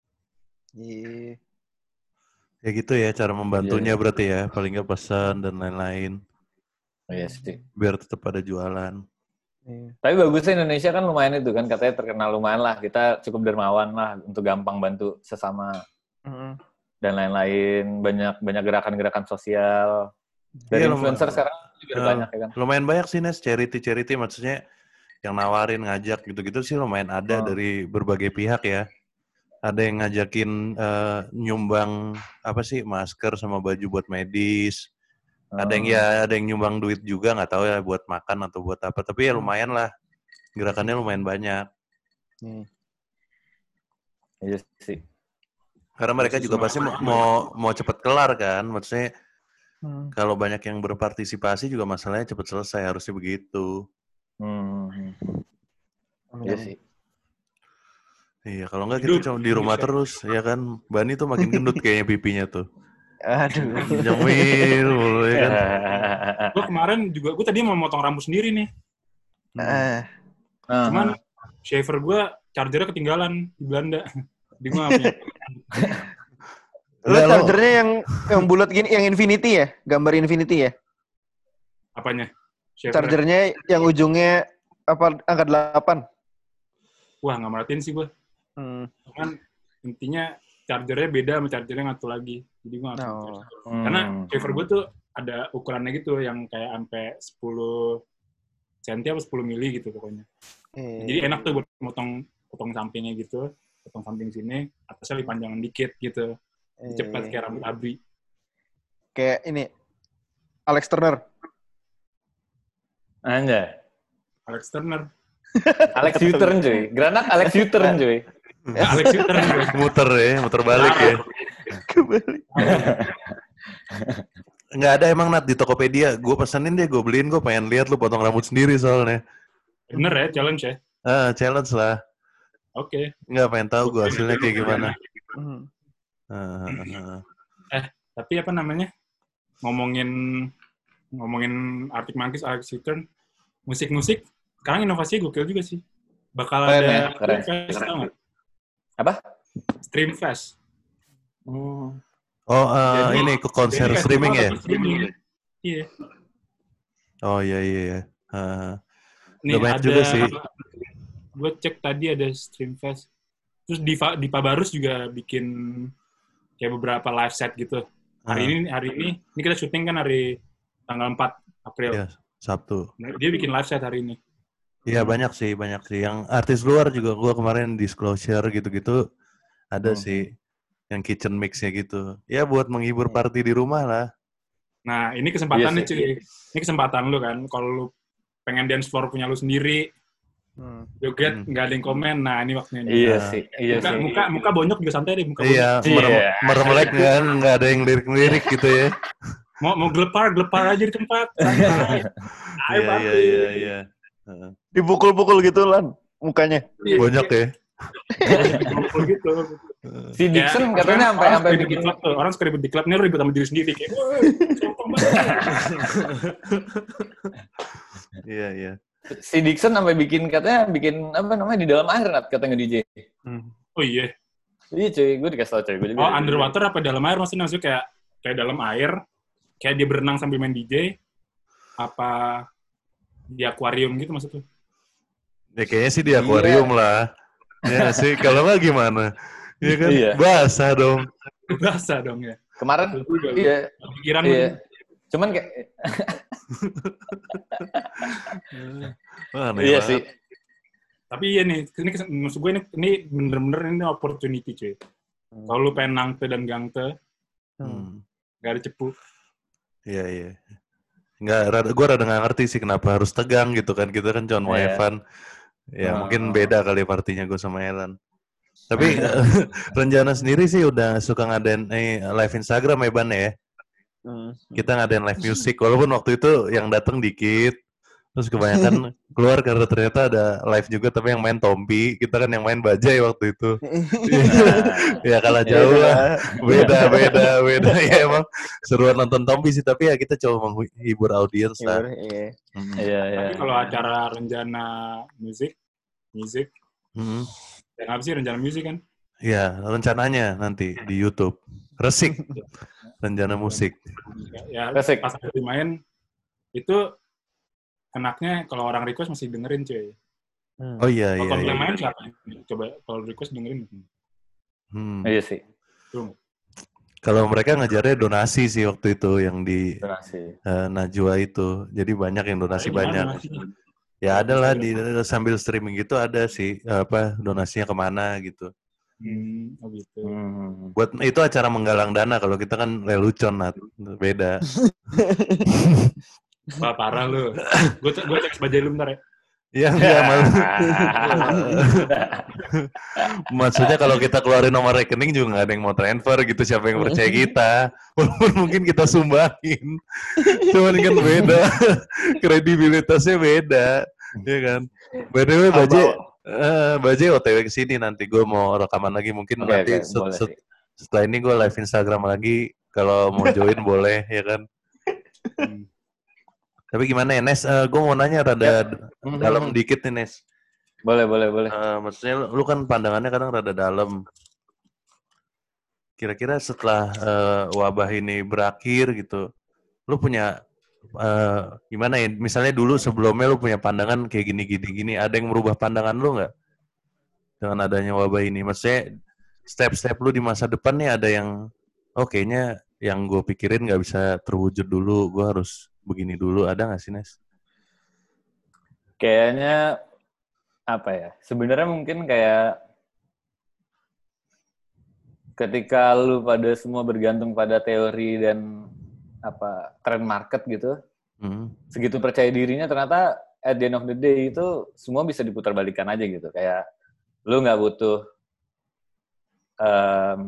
Iya. Ya gitu ya cara membantunya Iya. berarti ya, paling nggak pesan dan lain-lain Iya sih. biar tetap ada jualan. Iya. Tapi bagusnya Indonesia kan lumayan itu kan, katanya terkenal lumayan lah. Kita cukup dermawan lah untuk gampang bantu sesama Mm-mm. dan lain-lain. Banyak banyak gerakan-gerakan sosial. Dari Iya, influencer lumayan. sekarang juga Eh, banyak ya kan. Lumayan banyak sih Nes, charity-charity maksudnya yang nawarin, ngajak gitu-gitu sih lumayan ada Oh. dari berbagai pihak ya. Ada yang ngajakin eh, nyumbang apa sih masker sama baju buat medis. Ada yang ya ada yang nyumbang duit juga, nggak tahu ya buat makan atau buat apa. Tapi ya lumayan lah, gerakannya lumayan banyak. Iya. Iya sih. Karena mereka juga pasti mau mau, mau cepet kelar kan, maksudnya Hmm. kalau banyak yang berpartisipasi juga masalahnya cepet selesai, harusnya begitu. Hmm. Amin, Iya amin. sih. Iya, kalau nggak kita cuma di rumah terus, ya kan. Bani tuh makin gendut kayaknya pipinya tuh. Aduh. Nyemil mulu ya kan. Gue kemarin juga, gue tadi mau motong rambut sendiri nih. Ah. Nah, Cuman shaver gue chargernya ketinggalan di Belanda. Di gue nggak punya. Lu Enggak, lo- chargernya yang yang bulat gini, yang infinity ya? Gambar infinity ya? Apanya? Shaver. Chargernya yang ujungnya apa angka delapan? Wah, nggak merhatiin sih gue. Hmm. Cuman intinya chargernya beda sama chargernya yang satu lagi. Jadi gue nggak punya Oh. charger. hmm. Karena shaver gue tuh ada ukurannya gitu yang kayak sampai sepuluh senti apa sepuluh mili gitu pokoknya. Eh. Jadi enak tuh buat potong potong sampingnya gitu, potong samping sini, atasnya dipanjangin dikit gitu. Cepat kayak rambut abri. Kayak ini Alex Turner. Anjay. Alex Turner. Alex U-turn cuy. Granat Alex U-turn cuy. Nah, Alex Turner. muter ya, muter balik ya. Kembali. Nggak ada emang Nat di Tokopedia. Gue pesenin deh, gue beliin, gue pengen lihat lu potong rambut sendiri soalnya. Bener ya, challenge ya? Ah, challenge lah. Oke. Nggak pengen tahu gue hasilnya kayak gimana. Hmm. Ah, ah, ah. Tapi apa namanya? Ngomongin ngomongin Arctic Monkeys, Alex U-turn, musik-musik, sekarang inovasinya gokil juga sih. Bakal Keren ada ya, keren. Stream Fest, tau nggak? Apa? Stream Fest. Hmm. Oh, eh, Jadi- ini ke konser Jadi streaming ya? festival streaming. Iya. Oh iya iya iya. Ah. Nih Udah banyak ada, juga sih. gue cek tadi ada Stream Fest. Terus Diva, Dipa Barus juga bikin kayak beberapa live set gitu. Hari Ah. ini hari ini ini kita syuting kan hari tanggal empat April. Iya, Sabtu. Nah, dia bikin live set hari ini. Iya banyak sih, banyak sih. Yang artis luar juga gue kemarin Disclosure gitu-gitu ada hmm. sih. Yang kitchen mix-nya gitu. Ya buat menghibur party di rumah lah. Nah ini kesempatan nih cuy. Ini kesempatan lu kan. Kalau lu pengen dance floor punya lu sendiri, hmm. joget nggak hmm. ada yang komen. Nah ini waktunya. Iya nah, sih. Iya muka, sih. Muka, muka bonyok juga santai deh. Muka iya, bonyok. merem-merem kan. Nggak ada yang lirik-lirik gitu ya. Mau mau gelepar, gelepar aja di tempat. Iya, iya, iya, iya. Dipukul-pukul gitu Lan mukanya. Bonyok ya. Dipukul gitu. Si Dixon ya, katanya sampai sampai bikin klub tuh. Orang suka ribet di klub, nih ribet sama diri sendiri kayak. Iya, iya. Si Dixon sampai bikin katanya bikin apa namanya di dalam air Nat katanya D J. Hmm. Oh iya. Iya cuy, gue dikasih tau cuy. Gue juga oh underwater apa dalam air maksudnya maksudnya kayak kayak dalam air, kayak dia berenang sambil main D J, apa di akuarium gitu maksudnya? Ya kayaknya sih di akuarium iya. lah. Ya sih, kalau nggak gimana? Iya kan? Iya. Basah dong. Basah dong ya. Kemarin iya. Pikiran iya. Cuman kayak Wah, iya sih. Tapi iya nih, ini maksud gue ini, ini bener-bener ini opportunity cuy. Hmm. Kalau lu pengen nangte dan gangte, hmm. gak ada cepu. Iya, iya. Nggak, gue rada nggak ngerti sih kenapa harus tegang gitu kan. Kita kan cuma yeah. Evan. Ya oh. Mungkin beda kali partinya gue sama Elan. Tapi Renjana sendiri sih udah suka ngadain eh, live Instagram ya Ban ya. Hmm. Kita ngadain live music. Walaupun waktu itu yang datang dikit. Terus kebanyakan keluar karena ternyata ada live juga. Tapi yang main Tompi. Kita kan yang main Bajai waktu itu. Ya kalah jauh lah. Beda, beda, beda. Ya emang seruan nonton Tompi sih. Tapi ya kita coba menghibur audiens lah. Iya, hmm. iya. Tapi kalau acara Renjana Music, Music, hmm. yang apa sih Renjana Music kan? Iya, rencananya nanti di YouTube. Resik. Renjana Musik. Ya, Resik. Pas lagi main, itu enaknya kalau orang request masih dengerin cuy. Hmm. Oh iya, iya. Kalau iya. yang main siapa? Coba kalau request dengerin. Hmm. Iya sih. Tuh. Kalau mereka ngejarnya donasi sih waktu itu yang di uh, Najwa itu. Jadi banyak yang donasi Ay, banyak. Donasi. Ya ada lah di sambil streaming gitu ada sih apa donasinya kemana gitu. Hmm, oh gitu. Hmm. Buat itu acara menggalang dana kalau kita kan lelucon Nat. Beda. Wah, parah lu. Gue gue cek Bajai lu bentar ya. Iya, iya malu. Maksudnya kalau kita keluarin nomor rekening juga nggak ada yang mau transfer gitu, siapa yang percaya kita. Walaupun mungkin kita sumbangin. Cuman kan beda. Kredibilitasnya beda. Iya kan? By the way, Bajai, uh, Bajai O T W kesini nanti. Gue mau rekaman lagi. Mungkin okay, nanti okay, set, set, setelah ini gue live Instagram lagi. Kalau mau join boleh, ya kan? Hmm. Tapi gimana ya, Nes? Uh, gue mau nanya rada yep. dalam mm-hmm. dikit nih, Nes. Boleh, boleh, boleh. Uh, maksudnya lu kan pandangannya kadang rada dalam. Kira-kira setelah uh, wabah ini berakhir gitu, lu punya uh, gimana ya? Misalnya dulu sebelumnya lu punya pandangan kayak gini-gini-gini, ada yang merubah pandangan lu nggak? Dengan adanya wabah ini. Maksudnya step-step lu di masa depan nih ada yang, oh kayaknya yang gue pikirin nggak bisa terwujud dulu, gue harus begini dulu, ada nggak sih, Nes? Kayaknya apa ya? Sebenarnya mungkin kayak ketika lu pada semua bergantung pada teori dan apa trend market gitu, hmm. segitu percaya dirinya ternyata at the end of the day itu semua bisa diputar balikan aja gitu. Kayak lu nggak butuh um,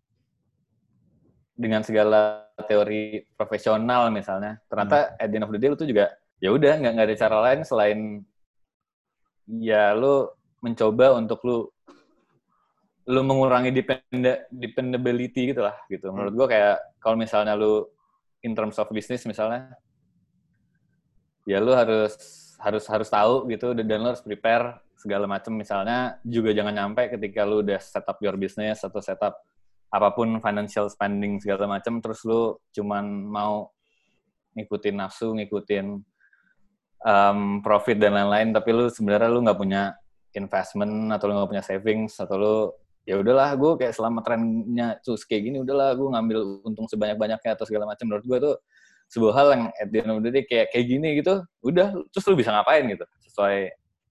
dengan segala teori profesional misalnya, ternyata hmm. at the end of the day lu tuh juga ya udah nggak nggak ada cara lain selain ya lu mencoba untuk lu lu mengurangi depend dependability gitu lah gitu. Menurut gua kayak kalau misalnya lu in terms of business misalnya, ya lu harus harus harus tahu gitu dan lu harus prepare segala macam. Misalnya juga jangan nyampe ketika lu udah set up your business atau set up apapun financial spending segala macam, terus lu cuman mau ngikutin nafsu, ngikutin um, profit dan lain-lain, tapi lu sebenarnya lu nggak punya investment atau lu nggak punya savings atau lu ya udahlah gue kayak selama trennya terus kayak gini udahlah gue ngambil untung sebanyak-banyaknya atau segala macam. Menurut gue tuh sebuah hal yang at the end of the day kayak kayak gini gitu, udah terus lu bisa ngapain gitu sesuai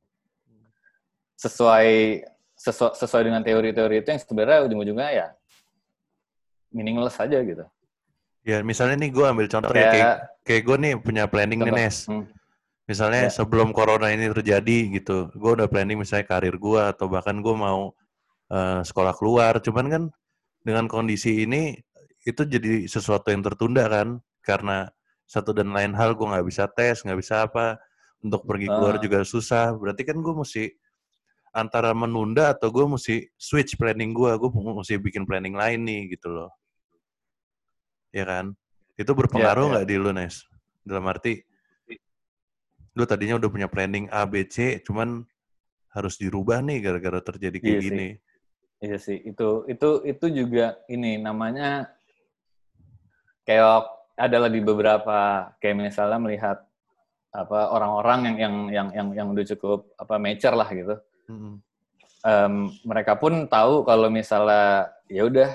sesuai sesuai, sesuai dengan teori-teori itu yang sebenarnya ujung-ujungnya ya meaningless aja gitu. Ya, misalnya nih gue ambil contoh Kayak, ya, kayak, kayak gue nih punya planning contoh, nih, Nes. Hmm. Misalnya Ya. sebelum corona ini terjadi gitu, gue udah planning misalnya karir gue atau bahkan gue mau uh, sekolah keluar. Cuman kan dengan kondisi ini itu jadi sesuatu yang tertunda kan, karena satu dan lain hal gue nggak bisa tes, nggak bisa apa, untuk pergi keluar Uh. juga susah. Berarti kan gue mesti antara menunda atau gue mesti switch planning gue, gue mesti bikin planning lain nih gitu loh. Ya kan? Itu berpengaruh nggak yeah, yeah. di lu, Nes? Dalam arti, lu tadinya udah punya planning A, B, C, cuman harus dirubah nih gara-gara terjadi kayak iya gini. Sih. Iya sih, itu itu itu juga ini namanya kayak adalah di beberapa kayak misalnya melihat apa orang-orang yang yang yang yang yang udah cukup apa mature lah gitu. Mm-hmm. Um, mereka pun tahu kalau misalnya ya udah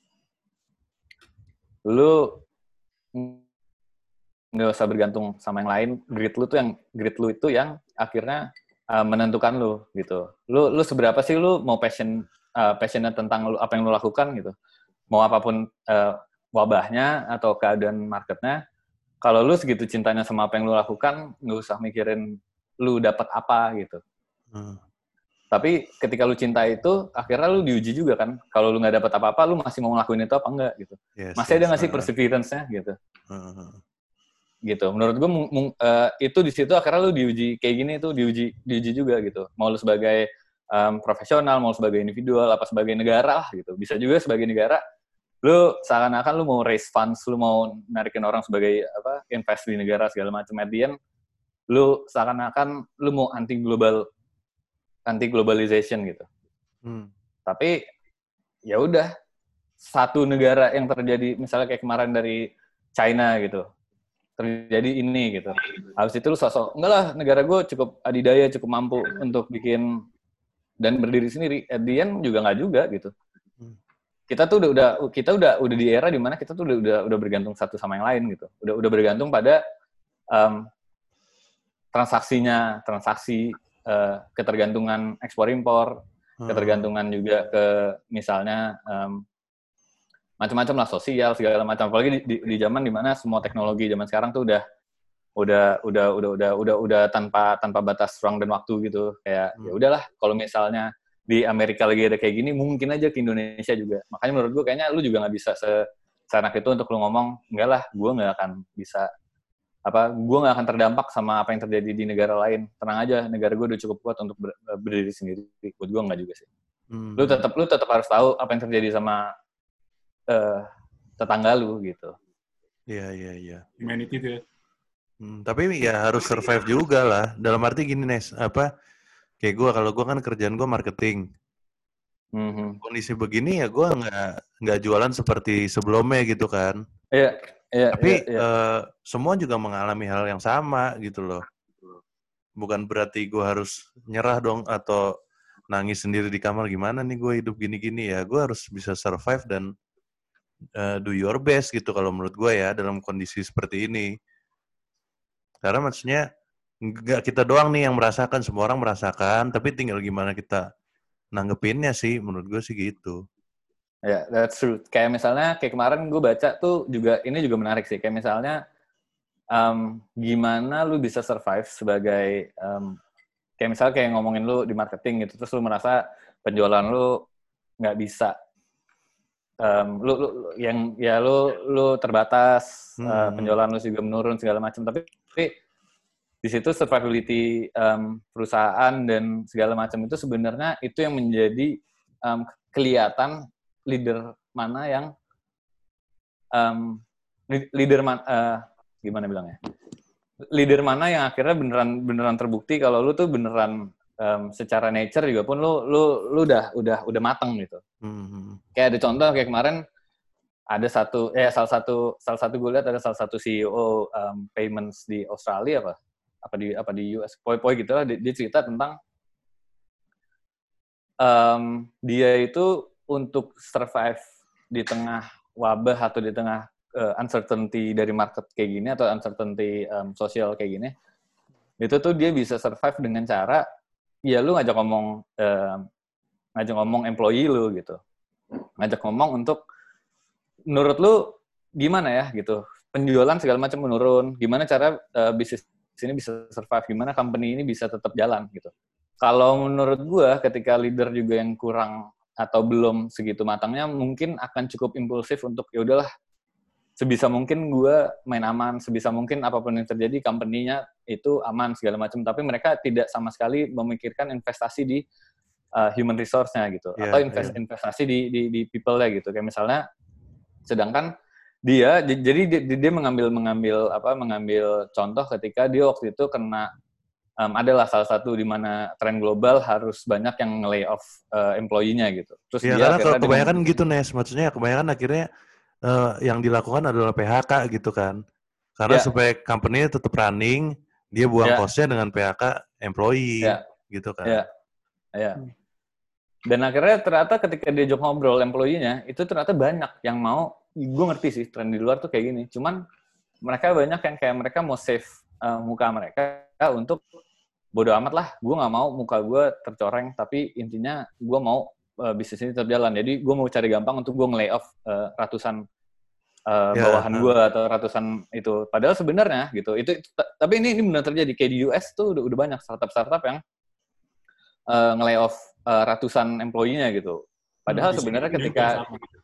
lu nggak usah bergantung sama yang lain, grit lu tuh yang grit lu itu yang akhirnya uh, menentukan lu gitu. Lu lu seberapa sih lu mau passion uh, passionate tentang lu, apa yang lu lakukan gitu. Mau apapun uh, wabahnya atau keadaan marketnya, kalau lu segitu cintanya sama apa yang lu lakukan, nggak usah mikirin lu dapat apa gitu. Hmm. Tapi ketika lu cinta itu, akhirnya lu diuji juga kan. Kalau lu nggak dapat apa-apa, lu masih mau ngelakuin itu apa enggak gitu. Yes, masih yes, ada nggak sih perseverance-nya gitu. Uh-huh. Gitu. Menurut gue uh, itu di situ akhirnya lu diuji kayak gini tuh diuji diuji juga gitu. Mau lu sebagai um, profesional, mau sebagai individual, apa sebagai negara lah gitu. Bisa juga sebagai negara, lu seakan-akan lu mau raise funds, lu mau narikin orang sebagai apa invest di negara segala macam. At the end, lu seakan-akan lu mau anti global anti globalization gitu. Hmm. Tapi ya udah satu negara yang terjadi misalnya kayak kemarin dari China gitu. Terjadi ini gitu. Habis itu lu sosok, enggak lah negara gue cukup adidaya, cukup mampu untuk bikin dan berdiri sendiri. At the end juga nggak juga gitu. Kita tuh udah udah kita udah udah di era di mana kita tuh udah udah udah bergantung satu sama yang lain gitu. Udah udah bergantung pada um, transaksinya, transaksi uh, ketergantungan ekspor impor, hmm. ketergantungan juga ke misalnya um, macam-macam lah sosial segala macam. Apalagi di, di, di zaman dimana semua teknologi zaman sekarang tuh udah udah udah udah udah udah udah tanpa tanpa batas ruang dan waktu gitu. Kayak hmm. ya udahlah kalau misalnya di Amerika lagi ada kayak gini, mungkin aja ke Indonesia juga. Makanya menurut gue kayaknya lu juga nggak bisa sesanak itu untuk lu ngomong, enggak lah, gue nggak akan bisa apa, gue nggak akan terdampak sama apa yang terjadi di negara lain. Tenang aja, negara gue udah cukup kuat untuk ber, berdiri sendiri. Buat gue nggak juga sih. Hmm. Lu tetap lu tetap harus tahu apa yang terjadi sama Uh, tetangga lu gitu. Iya iya iya. Humanity tuh ya. Hmm, tapi ya harus survive juga lah. Dalam arti gini Nes, apa? Kayak gue kalau gue kan kerjaan gue marketing. Mm-hmm. Kondisi begini ya gue nggak nggak jualan seperti sebelumnya gitu kan. Iya. Iya. Tapi iya, iya. Uh, semua juga mengalami hal yang sama gitu loh. Bukan berarti gue harus nyerah dong atau nangis sendiri di kamar gimana nih gue hidup gini-gini ya. Gue harus bisa survive dan Uh, do your best gitu kalau menurut gue ya dalam kondisi seperti ini. Karena maksudnya nggak kita doang nih yang merasakan, semua orang merasakan, tapi tinggal gimana kita nanggepinnya sih, menurut gue sih gitu. Ya, yeah, that's true. Kayak misalnya kayak kemarin gue baca tuh juga ini juga menarik sih. Kayak misalnya um, gimana lu bisa survive sebagai um, kayak misalnya kayak ngomongin lu di marketing gitu, terus lu merasa penjualan lu nggak bisa. Um, lu, lu yang ya lu lu terbatas, hmm. uh, penjualan lu juga menurun segala macam, tapi, tapi di situ survivability um, perusahaan dan segala macam itu sebenarnya itu yang menjadi um, kelihatan leader mana yang um, leader man, uh, gimana bilangnya leader mana yang akhirnya beneran beneran terbukti kalau lu tuh beneran Um, secara nature juga pun lu lu lu udah udah udah mateng gitu. Mm-hmm. Kayak ada contoh kayak kemarin ada satu eh salah satu salah satu gue lihat ada salah satu C E O um, payments di Australia apa apa di apa di U S poi-poi gitu lah, dia, dia cerita tentang um, dia itu untuk survive di tengah wabah atau di tengah uh, uncertainty dari market kayak gini atau uncertainty um, sosial kayak gini, itu tuh dia bisa survive dengan cara ya lu ngajak ngomong uh, ngajak ngomong employee lu gitu. Ngajak ngomong untuk menurut lu gimana ya gitu. Penjualan segala macam menurun. Gimana cara uh, bisnis ini bisa survive? Gimana company ini bisa tetap jalan gitu. Kalau menurut gue, ketika leader juga yang kurang atau belum segitu matangnya, mungkin akan cukup impulsif untuk ya udahlah, sebisa mungkin gue main aman, sebisa mungkin apapun yang terjadi, company-nya itu aman segala macam. Tapi mereka tidak sama sekali memikirkan investasi di uh, human resource-nya gitu, yeah, atau invest, yeah. investasi di, di, di people-nya gitu. Kayak misalnya, sedangkan dia, jadi dia, dia mengambil mengambil apa, mengambil contoh ketika dia waktu itu kena Um, adalah salah satu di mana tren global harus banyak yang nge-lay off uh, employee-nya gitu. Terus ya, dia karena kalau kebanyakan dengan, gitu, Nes. Maksudnya kebanyakan akhirnya uh, yang dilakukan adalah P H K gitu kan. Karena ya. supaya company tetap running, dia buang ya. cost-nya dengan P H K employee ya. gitu kan. Ya. Ya. Dan akhirnya ternyata ketika dia jok ngobrol employee-nya, itu ternyata banyak yang mau, gue ngerti sih tren di luar tuh kayak gini. Cuman mereka banyak yang kayak mereka mau save uh, muka mereka untuk bodo amat lah, gue nggak mau muka gue tercoreng, tapi intinya gue mau uh, bisnis ini tetap jalan. Jadi gue mau cari gampang untuk gue nge-lay off uh, ratusan uh, yeah, bawahan uh. gue atau ratusan itu. Padahal sebenarnya gitu, itu t- tapi ini ini benar terjadi. Kayak di U S tuh udah, udah banyak startup-startup yang uh, nge-lay off uh, ratusan employee-nya gitu. Padahal hmm, sebenarnya ketika,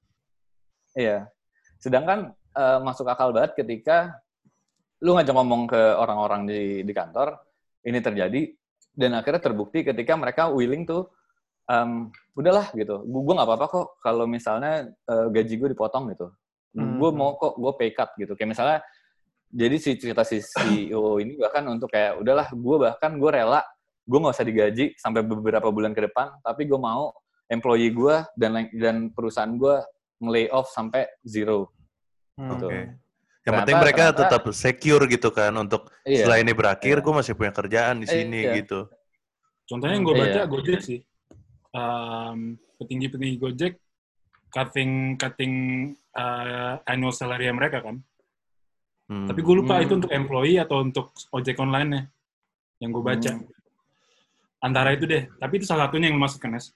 iya, sedangkan uh, masuk akal banget ketika lu ngajak ngomong ke orang-orang di di kantor, ini terjadi, dan akhirnya terbukti ketika mereka willing tuh, um, udahlah gitu, gue nggak apa-apa kok kalau misalnya uh, gaji gue dipotong gitu, hmm. gue mau kok gue pay cut gitu, kayak misalnya, jadi si cerita si C E O ini bahkan untuk kayak, udahlah gue bahkan gue rela, gue nggak usah digaji sampai beberapa bulan ke depan, tapi gue mau employee gue dan dan perusahaan gue nge-lay off sampai zero. Hmm. Gitu. Okay. Yang penting mereka ternyata, tetap secure gitu kan untuk iya, setelah ini berakhir, iya. gue masih punya kerjaan di sini iya. gitu. Contohnya yang gue baca iya. Gojek sih, um, petinggi-petinggi Gojek cutting cutting uh, annual salary mereka kan. Hmm. Tapi gue lupa hmm. itu untuk employee atau untuk ojek online-nya yang gue baca. Hmm. Antara itu deh. Tapi itu salah satunya yang masuk kan, Nes?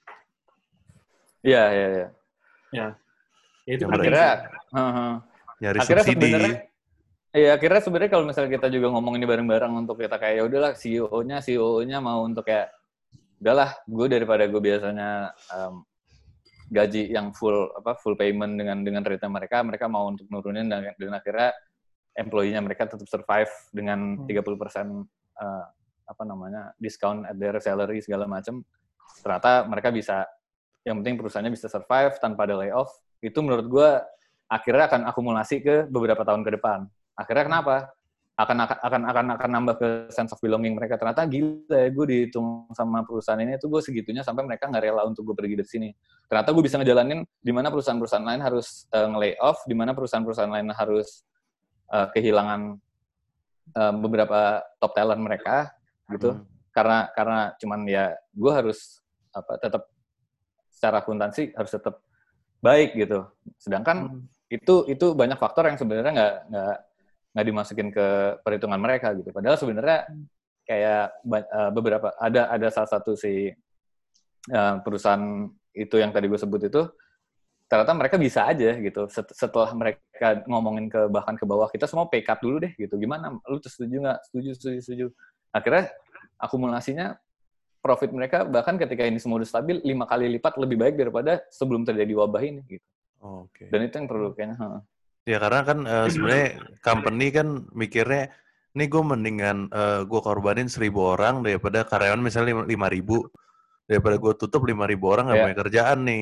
Iya iya iya. Ya. Ya itu akhirnya. Uh-huh. Nyari akhirnya subsidi. Sebenernya, iya, akhirnya sebenarnya kalau misalnya kita juga ngomong ini bareng-bareng untuk kita kayak ya udahlah C E O-nya C E O-nya mau untuk kayak udahlah gue daripada gue biasanya um, gaji yang full apa full payment dengan dengan rate mereka mereka mau untuk nurunin dan, dan akhirnya employee-nya mereka tetap survive dengan tiga puluh persen uh, apa namanya discount at their salary segala macam. Ternyata mereka bisa yang penting perusahaannya bisa survive tanpa ada layoff. Itu menurut gue akhirnya akan akumulasi ke beberapa tahun ke depan. Akhirnya kenapa? Akan akan akan akan akan nambah ke sense of belonging mereka. Ternyata gila ya, gue dihitung sama perusahaan ini tuh gue segitunya sampai mereka nggak rela untuk gue pergi dari sini. Ternyata gue bisa ngejalanin di mana perusahaan-perusahaan lain harus uh, nge-lay off, di mana perusahaan-perusahaan lain harus uh, kehilangan uh, beberapa top talent mereka gitu. Hmm. Karena karena cuman ya gue harus apa tetap secara akuntansi harus tetap baik gitu. Sedangkan hmm. itu itu banyak faktor yang sebenarnya nggak nggak nggak dimasukin ke perhitungan mereka gitu. Padahal sebenarnya kayak uh, beberapa ada ada salah satu si uh, perusahaan itu yang tadi gue sebut itu ternyata mereka bisa aja gitu. Set, setelah mereka ngomongin ke bahkan ke bawah kita semua pay cut dulu deh gitu. Gimana? Lu setuju nggak? Setuju setuju setuju. Akhirnya akumulasinya profit mereka bahkan ketika ini semua udah stabil lima kali lipat lebih baik daripada sebelum terjadi wabah ini gitu. Oh, oke. Okay. Dan itu yang perlu kayaknya. Huh. Ya karena kan uh, sebenarnya company kan mikirnya, nih gue mendingan uh, gue korbanin seribu orang daripada karyawan misalnya lima ribu, daripada gue tutup lima ribu orang nggak yeah. punya kerjaan nih,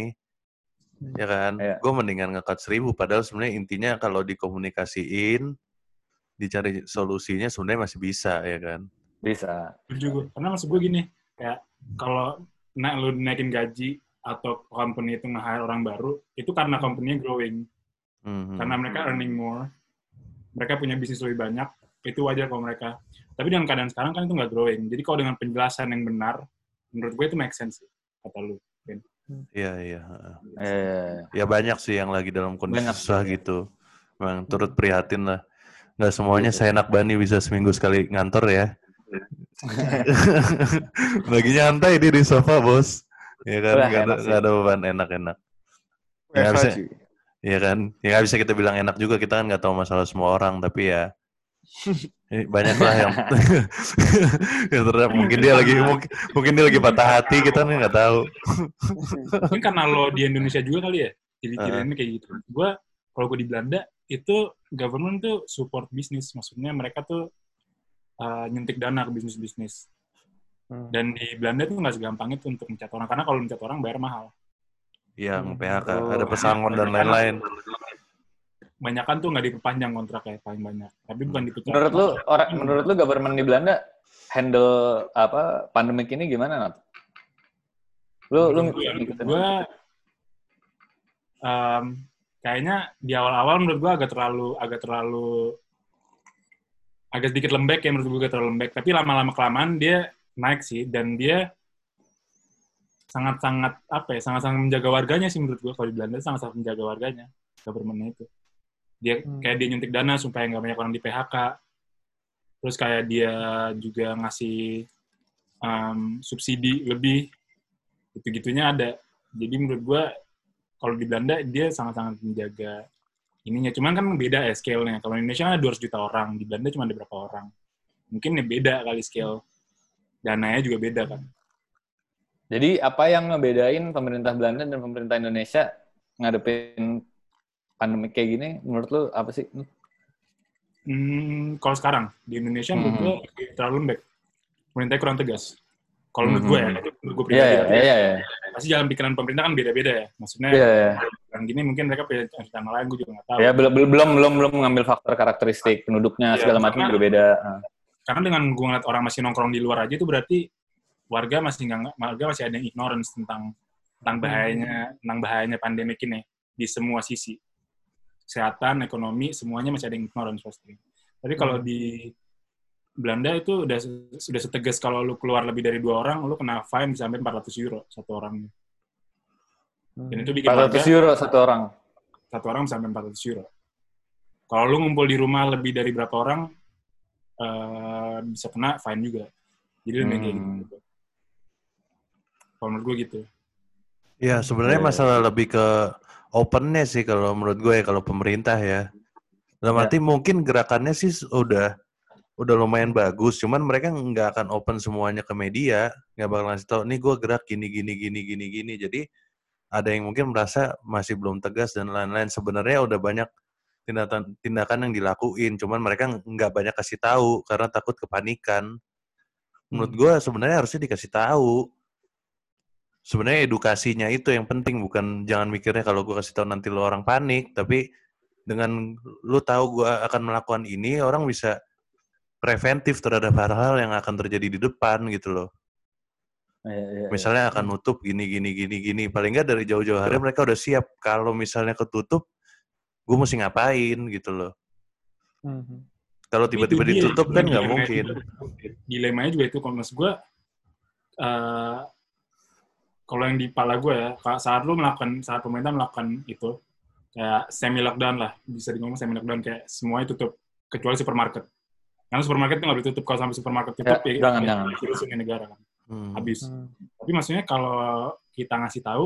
ya kan? Yeah. Gue mendingan nge-cut seribu. Padahal sebenarnya intinya kalau dikomunikasiin, dicari solusinya sebenarnya masih bisa, ya kan? Bisa. Juga. Karena maksud gue gini, kayak kalau na- lu naikin gaji atau company itu nge-hire orang baru, itu karena company-nya growing. Mm-hmm. Karena mereka earning more, mereka punya bisnis lebih banyak, itu wajar kalau mereka. Tapi dengan keadaan sekarang kan itu nggak growing. Jadi kalau dengan penjelasan yang benar, menurut gue itu make sense sih, kata lu. Iya, iya. Eh, ya banyak sih yang lagi dalam kondisi banyak, susah ya. Gitu. Memang turut prihatin lah. Nggak semuanya saya enak bani bisa seminggu sekali ngantor ya. Lagi nyantai dia di sofa, Bos. Ya kan, Wah, nggak ada, enak sih. nggak ada beban, enak-enak. Ya nggak bisa, ya kan, ya nggak bisa kita bilang enak juga, kita kan nggak tahu masalah semua orang, tapi ya banyak lah yang, ya ternyata mungkin dia lagi, mungkin, mungkin dia lagi patah hati, kita kan nggak tahu. Mungkin karena lo di Indonesia juga kali ya, ciri-cirinya kayak gitu. Gue, kalau gue di Belanda, itu government tuh support bisnis, maksudnya mereka tuh uh, nyuntik dana ke bisnis-bisnis. Hmm. Dan di Belanda tuh nggak segampang itu untuk mencat orang, karena kalau mencat orang bayar mahal. Yang P H K, oh, ada pesangon dan lain-lain. Banyakan tuh nggak diperpanjang kontraknya paling banyak, tapi bukan dipecat. Menurut lu, orang, menurut lu government di Belanda handle apa pandemik ini gimana, Nat? Lu, lu ngikutin? Gue um, kayaknya di awal-awal menurut gue agak terlalu, agak terlalu, agak sedikit lembek ya menurut gue agak terlalu lembek. Tapi lama-lama kelamaan dia naik sih, dan dia sangat-sangat apa ya, sangat-sangat menjaga warganya sih menurut gue. Kalau di Belanda sangat-sangat menjaga warganya, government-nya itu. Dia hmm. kayak dia nyuntik dana supaya nggak banyak orang di P H K. Terus kayak dia juga ngasih um, subsidi lebih, gitu-gitunya ada. Jadi menurut gue kalau di Belanda dia sangat-sangat menjaga ininya. Cuman kan beda ya scale-nya. Kalau di Indonesia kan ada dua ratus juta orang, di Belanda cuma ada berapa orang. Mungkin ya beda kali scale. Dananya juga beda kan. Jadi apa yang ngebedain pemerintah Belanda dan pemerintah Indonesia ngadepin pandemi kayak gini? Menurut lu apa sih? Hmm, kalau sekarang di Indonesia hmm. menurut gue terlalu lembek. Pemerintahnya kurang tegas. Kalau menurut gue ya, menurut gue pribadi. Yeah, yeah, yeah, yeah. Pasti jalan pikiran pemerintah kan beda-beda ya. Maksudnya yeah, yeah. yang gini mungkin mereka punya rencana lain, gue juga nggak tahu. Ya yeah, belum belum belum belum mengambil faktor karakteristik penduduknya yeah, segala macam juga beda. Karena dengan gue ngeliat orang masih nongkrong di luar aja itu berarti warga masih nggak, warga masih ada yang ignorance tentang tentang bahayanya hmm. tentang bahayanya pandemi ini di semua sisi. Kesehatan, ekonomi, semuanya masih ada yang ignorance pasti. Tapi kalau hmm. di Belanda itu udah sudah setegas kalau lu keluar lebih dari dua orang, lu kena fine sampai empat ratus euro satu orang. Dan itu bikin empat ratus euro satu orang. Satu orang sampai empat ratus euro. Kalau lu ngumpul di rumah lebih dari berapa orang, uh, bisa kena fine juga. Jadi lebih hmm. kayak gitu. Kalau menurut gue gitu. Ya sebenarnya yeah. masalah lebih ke opennya sih kalau menurut gue ya, kalau pemerintah ya. Dalam arti yeah. mungkin gerakannya sih udah udah lumayan bagus, cuman mereka nggak akan open semuanya ke media, nggak bakal ngasih tahu, nih gue gerak gini gini gini gini gini. Jadi ada yang mungkin merasa masih belum tegas dan lain-lain. Sebenarnya udah banyak tindakan tindakan yang dilakuin, cuman mereka nggak banyak kasih tahu karena takut kepanikan. Menurut gue sebenarnya harusnya dikasih tahu. Sebenarnya edukasinya itu yang penting, bukan jangan mikirnya kalau gue kasih tahu nanti lo orang panik, tapi dengan lo tahu gue akan melakukan ini, orang bisa preventif terhadap hal-hal yang akan terjadi di depan gitu loh. Ya, ya, misalnya ya. akan nutup gini gini gini gini, paling nggak dari jauh-jauh hari mereka udah siap kalau misalnya ketutup, gue mesti ngapain gitu loh. Mm-hmm. Kalau tiba-tiba ditutup kan nggak mungkin. Dilemanya juga itu, kalau mas gue, uh, kalau yang di kepala gue ya, saat lu melakukan, saat pemerintah melakukan itu, kayak semi lockdown lah, bisa ngomong semi lockdown, kayak semuanya tutup kecuali supermarket. Karena supermarket itu nggak boleh tutup, kalau sampai supermarket tutup ya, jangan ya, jangan virusnya negara kan hmm. habis. Hmm. Tapi maksudnya kalau kita ngasih tahu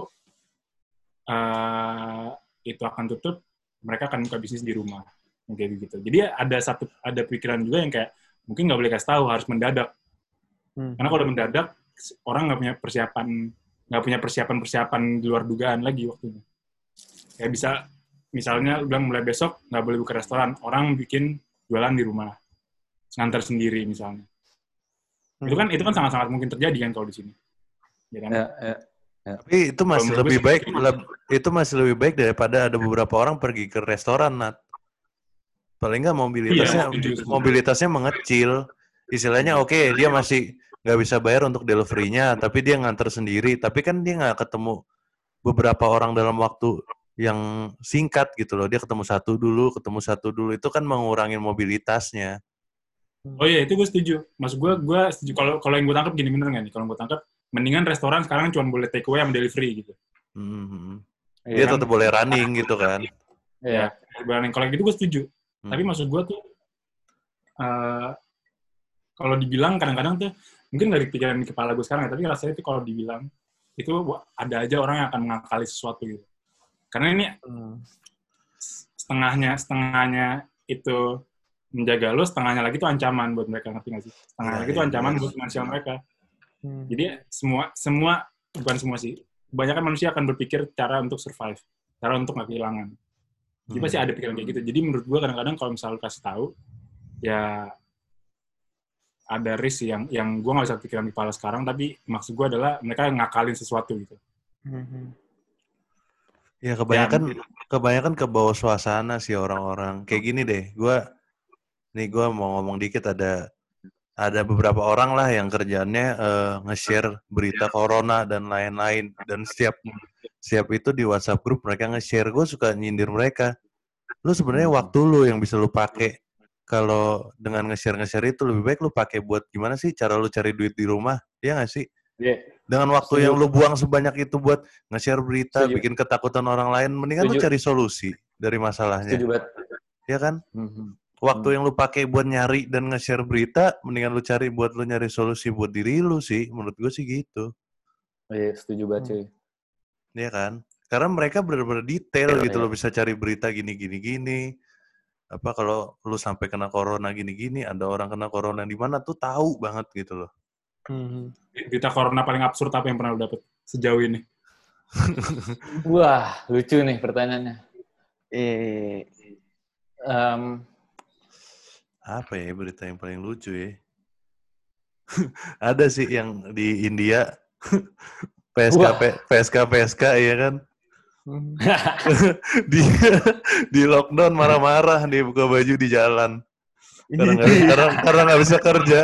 uh, itu akan tutup, mereka akan buka bisnis di rumah, kayak gitu. Jadi ada satu ada pikiran juga yang kayak mungkin nggak boleh kasih tahu, harus mendadak. Hmm. Karena kalau mendadak orang nggak punya persiapan, nggak punya persiapan-persiapan di luar dugaan lagi waktunya. Kayak bisa misalnya bilang mulai besok nggak boleh buka restoran, orang bikin jualan di rumah, ngantar sendiri misalnya. Hmm. Itu kan itu kan sangat-sangat mungkin terjadi kan kalau di sini. Ya kan? Ya, ya, ya. Tapi itu masih lebih baik le- itu masih lebih baik daripada ada beberapa orang pergi ke restoran, Nat. Paling nggak mobilitasnya iya, mobilitasnya mengecil. Istilahnya oke, okay, dia masih nggak bisa bayar untuk delivery-nya, tapi dia ngantar sendiri. Tapi kan dia nggak ketemu beberapa orang dalam waktu yang singkat gitu loh. Dia ketemu satu dulu, ketemu satu dulu. Itu kan mengurangi mobilitasnya. Oh iya, itu gue setuju. Maksud gue, gue setuju. Kalau kalau yang gue tangkap gini, bener nggak nih? Kalau gue tangkap, mendingan restoran sekarang cuma boleh take away sama delivery gitu. Mm-hmm. Dia ya, tetap kan? Boleh running gitu kan. Ya, running. Kalau gitu gue setuju. Hmm. Tapi maksud gue tuh, uh, kalau dibilang kadang-kadang tuh mungkin nggak dipikirin di kepala gue sekarang ya, tapi rasanya itu kalau dibilang itu ada aja orang yang akan mengakali sesuatu gitu. Karena ini hmm. setengahnya setengahnya itu menjaga lo, setengahnya lagi itu ancaman buat mereka, ngerti nggak sih? Setengahnya ya, lagi itu ancaman ya. buat finansial mereka. Hmm. Jadi semua semua bukan semua sih, kebanyakan manusia akan berpikir cara untuk survive, cara untuk nggak kehilangan. Jadi hmm. pasti ada pikiran kayak gitu. Jadi menurut gue kadang-kadang kalau misalnya lo kasih tahu, ya ada risk yang yang gue nggak bisa pikiran di kepala sekarang, tapi maksud gue adalah mereka ngakalin sesuatu gitu. Hmm. Ya kebanyakan ya, kebanyakan ke bawah suasana sih orang-orang. Kayak gini deh, gue nih gue mau ngomong dikit, ada ada beberapa orang lah yang kerjaannya uh, nge-share berita corona dan lain-lain, dan setiap setiap itu di WhatsApp grup mereka nge-share. Gue suka nyindir mereka. Lu sebenarnya waktu lu yang bisa lu pakai kalau dengan nge-share nge-share itu lebih baik lu pakai buat gimana sih cara lu cari duit di rumah, ya nggak sih? Yeah. Dengan waktu Setuju. yang lu buang sebanyak itu buat nge-share berita, Setuju. bikin ketakutan orang lain, mendingan Setuju. lu cari solusi dari masalahnya. Setuju banget. Ya kan? Mm-hmm. Waktu hmm. yang lu pakai buat nyari dan nge-share berita, mendingan lu cari buat lu nyari solusi buat diri lu sih. Menurut gue sih gitu. Iya, setuju banget cuy. Iya kan? Karena mereka benar-benar detail ya, gitu ya. Lo bisa cari berita gini-gini-gini. Apa kalau lu sampai kena corona gini-gini, ada orang kena corona di mana tuh tahu banget gitu loh. Hmm. Berita corona paling absurd apa yang pernah lu dapet sejauh ini? Wah, lucu nih pertanyaannya. Eh, um, apa ya berita yang paling lucu ya? Ada sih yang di India P S K P S K P S K ya kan? di di lockdown marah-marah nih, buka baju di jalan karena nggak karena karena nggak bisa kerja.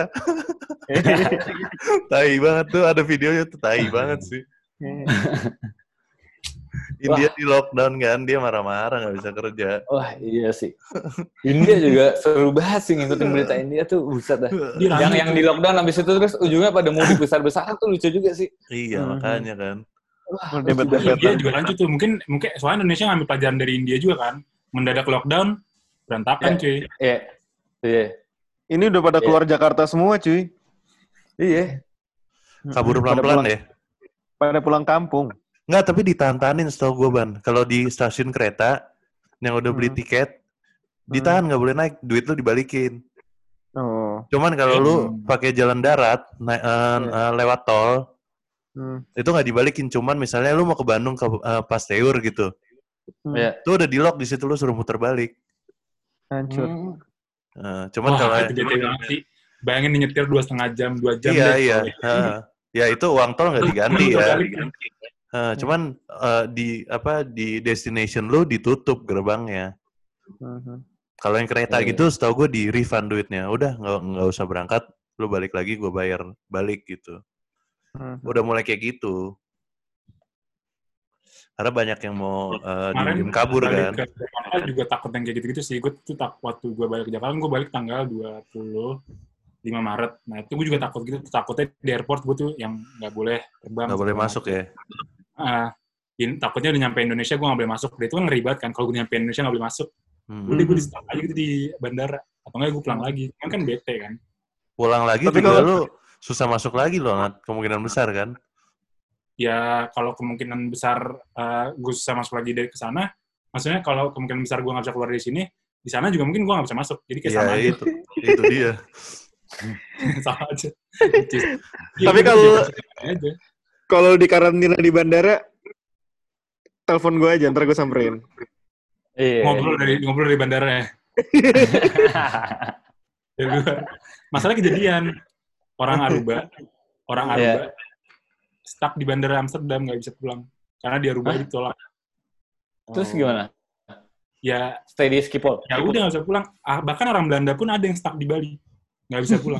Tai banget tuh, ada videonya tuh, tai banget sih. India Wah. di lockdown kan, dia marah-marah nggak bisa kerja. Wah iya sih. India juga seru banget sih ngikutin berita India tuh, buset dah. Yang yang di lockdown habis itu terus ujungnya pada mudik besar-besaran tuh lucu juga sih. Iya hmm. makanya kan. Wah, India juga lanjut tuh, mungkin mungkin soalnya Indonesia ngambil pelajaran dari India juga kan, mendadak lockdown berantakan yeah. cuy. Iya. Yeah. Iya. Yeah. Ini udah pada keluar yeah. Jakarta semua cuy. Iya. Kabur pelan-pelan deh. Pada pulang kampung. Enggak, tapi ditahan-tahanin setahu gue, Ban. Kalau di stasiun kereta yang udah beli hmm. tiket, ditahan, nggak hmm. boleh naik, duit lu dibalikin. Oh. Cuman kalau hmm. lu pakai jalan darat, naik, uh, yeah. uh, lewat tol, hmm. itu nggak dibalikin. Cuman misalnya lu mau ke Bandung ke uh, Pasteur gitu, hmm. itu udah di lock di situ, lu suruh muter balik. Hancur. Hmm. Uh, cuman Wah, kalau itu bete banget sih. Bayangin nyetir dua setengah jam, dua jam. Iya deh, iya. Uh, ya itu uang tol nggak diganti ya. Uh, cuman uh, di apa di destination lu ditutup gerbangnya. Uh-huh. Kalau yang kereta yeah. gitu, setahu gue di refund duitnya. Udah nggak nggak usah berangkat, lu balik lagi, gue bayar balik gitu. Uh-huh. Udah mulai kayak gitu. Karena banyak yang mau uh, diem kabur kan. Ke juga takut yang kayak gitu-gitu sih. Gue tuh tak waktu gue balik ke Jakarta, gue balik tanggal dua puluh lima Maret. Nah itu gue juga takut gitu. Takutnya di airport gue tuh yang nggak boleh terbang. Nggak boleh masuk ya. Uh, in, takutnya udah nyampe Indonesia gue gak boleh masuk. Dia itu kan ngeri banget kan, kalau gue nyampe Indonesia gak boleh masuk. Hmm. Udah gue di-stop aja gitu di bandara. Atau enggak gue pulang lagi. Kan kan bete kan. Pulang lagi tapi juga kalau lu susah masuk lagi loh, kemungkinan besar kan? Ya kalau kemungkinan besar uh, gue susah masuk lagi dari kesana, maksudnya kalau kemungkinan besar gue gak bisa keluar dari sini, di sana juga mungkin gue gak bisa masuk. Jadi kayak ya, sama aja. Itu, itu dia. Sama aja. Tapi kalau kalau di karantina di bandara, telepon gue aja, ntar gue samperin. Iya. Ngobrol dari ngobrol dari bandara ya. Masalah kejadian orang Aruba, orang Aruba yeah. stuck di bandara Amsterdam nggak bisa pulang karena di Aruba ditolak. Terus gimana? Ya stay di Schiphol. Ya udah nggak bisa pulang. Ah, bahkan orang Belanda pun ada yang stuck di Bali, nggak bisa pulang.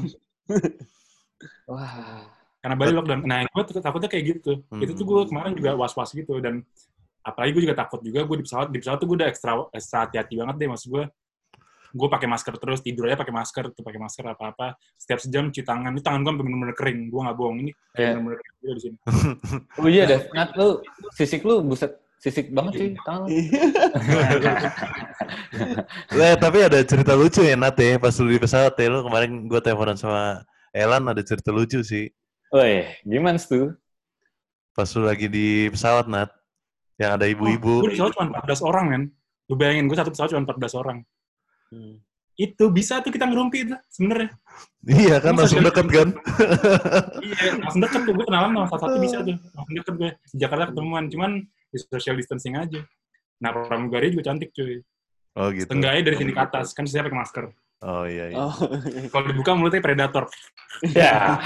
Wah. Karena Bali lockdown. Nah, gue takutnya kayak gitu. Hmm. Itu tuh gue kemarin juga was-was gitu. Dan apalagi gue juga takut juga, gue di pesawat, di pesawat tuh gue udah ekstra, ekstra hati-hati banget deh. Maksud gue, gue pakai masker terus, tidur aja pakai masker, tuh pakai masker apa-apa. Setiap sejam cuci tangan. Ini tangan gue bener-bener kering. Gue nggak bohong. Ini yeah. bener-bener kering juga di sini. Oh iya deh. Nat, lu, fisik lu buset Sisik banget sih tangan. Eh, tapi ada cerita lucu ya Nat ya, pas lu di pesawat ya, lu kemarin gue teleponan sama Elan ada cerita lucu sih. Woi, gimana tuh? Pas lu lagi di pesawat Nat, yang ada ibu-ibu. Oh, gue di pesawat cuma empat belas orang kan. Lu bayangin gue satu pesawat cuma empat belas orang. Hmm. Itu bisa tuh kita ngerumpi itu sebenarnya. Iya kan, langsung deket kan? Iya, langsung deket tuh. Gue kenalan sama satu-satu bisa tuh. Langsung deket gue. Di Jakarta ketemuan. Cuman di social distancing aja. Nah, pramugari juga cantik cuy. Oh gitu. Setengahnya dari sini ke atas. Kan saya pakai masker. Oh iya iya. Oh. Kalau dibuka mulutnya predator. Ya.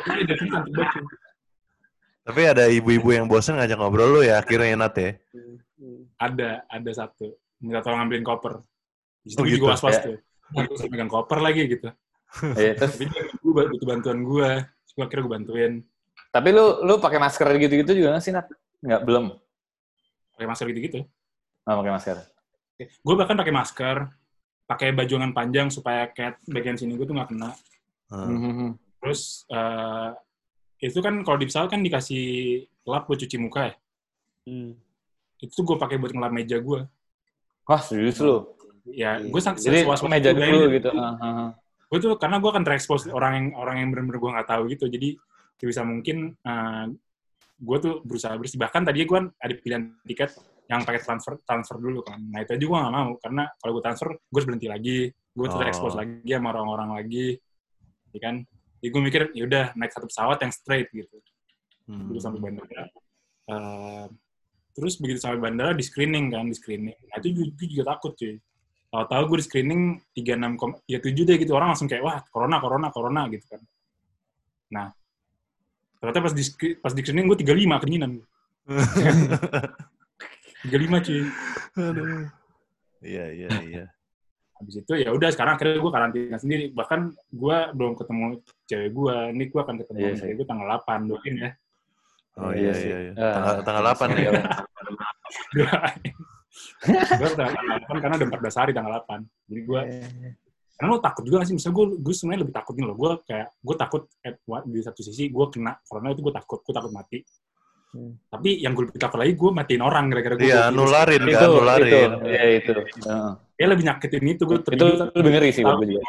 Tapi ada ibu-ibu yang bosan ngajak ngobrol lu ya akhirnya Nat ya? Ada, ada satu. Minta tolong ambilin koper. Di situ Oh, gitu. juga was-was Ya. tuh. Gue megang koper lagi gitu. Ya, terus, Tapi dia gue butuh bantuan gue. Gue akhirnya gue bantuin. tapi lu lu pakai masker gitu-gitu juga nggak sih, Nat? Nggak, belum. Pakai masker gitu-gitu. Nggak pakai masker. Gue bahkan pakai masker, pakai baju lengan panjang supaya kayak bagian sini gue tuh nggak kena. Hmm. Hmm. Terus uh, itu kan kalau di pesawat kan dikasih lap buat cuci muka ya. Hmm. Itu tuh gue pakai buat ngelap meja gue. Wah, serius lu? Ya, gue sang Jadi sewas-was meja juga dulu ya. gitu. Uh-huh. Gue tuh karena gue akan terekspos orang yang orang yang benar-benar gue nggak tahu gitu. Jadi bisa mungkin uh, gue tuh berusaha bersih. Bahkan tadinya gue ada pilihan tiket yang pakai transfer transfer dulu kan. Nah itu aja gue nggak mau karena kalau gue transfer gue harus berhenti lagi. Gue tuh terekspos Oh. lagi sama orang-orang lagi, ya kan? Jadi gue mikir ya udah naik satu pesawat yang straight gitu. Hmm. Dulu sampai bandara. Uh, terus begitu sampai bandara di screening kan, di screening. Nah itu juga, juga takut cuy. Tahu-tahu gue di screening tiga puluh enam, tiga puluh tujuh deh gitu. Orang langsung kayak, wah corona, corona, corona gitu kan. Nah, ternyata pas di, pas di screening gue tiga puluh lima kedinginan. tiga puluh lima cuy. Aduh. Iya, iya, iya. Habis itu ya udah sekarang akhirnya gue karantina sendiri. Bahkan gue belum ketemu cewek gue. Ini gue akan ketemu Iya, sama cewek gue tanggal delapan. Doain ya. Oh Iya iya, sih. iya, iya. Ah, Tanggal, tanggal delapan ya? Doain. Gue tanggal delapan karena udah empat belas hari tanggal delapan. Jadi gue, karena lo takut juga gak sih? Misalnya gue, gue sebenarnya lebih takut nih loh. Gue kayak, gue takut at, di satu sisi gue kena corona itu gue takut. Gue takut mati. Hmm. Tapi yang gue lebih takut lagi gue matiin orang gara-gara gue. Iya, nularin kan, itu, nularin. Itu, iya itu. Uh. Ya lebih nyakitin itu. Gue itu lebih ngeri sih buat gue juga.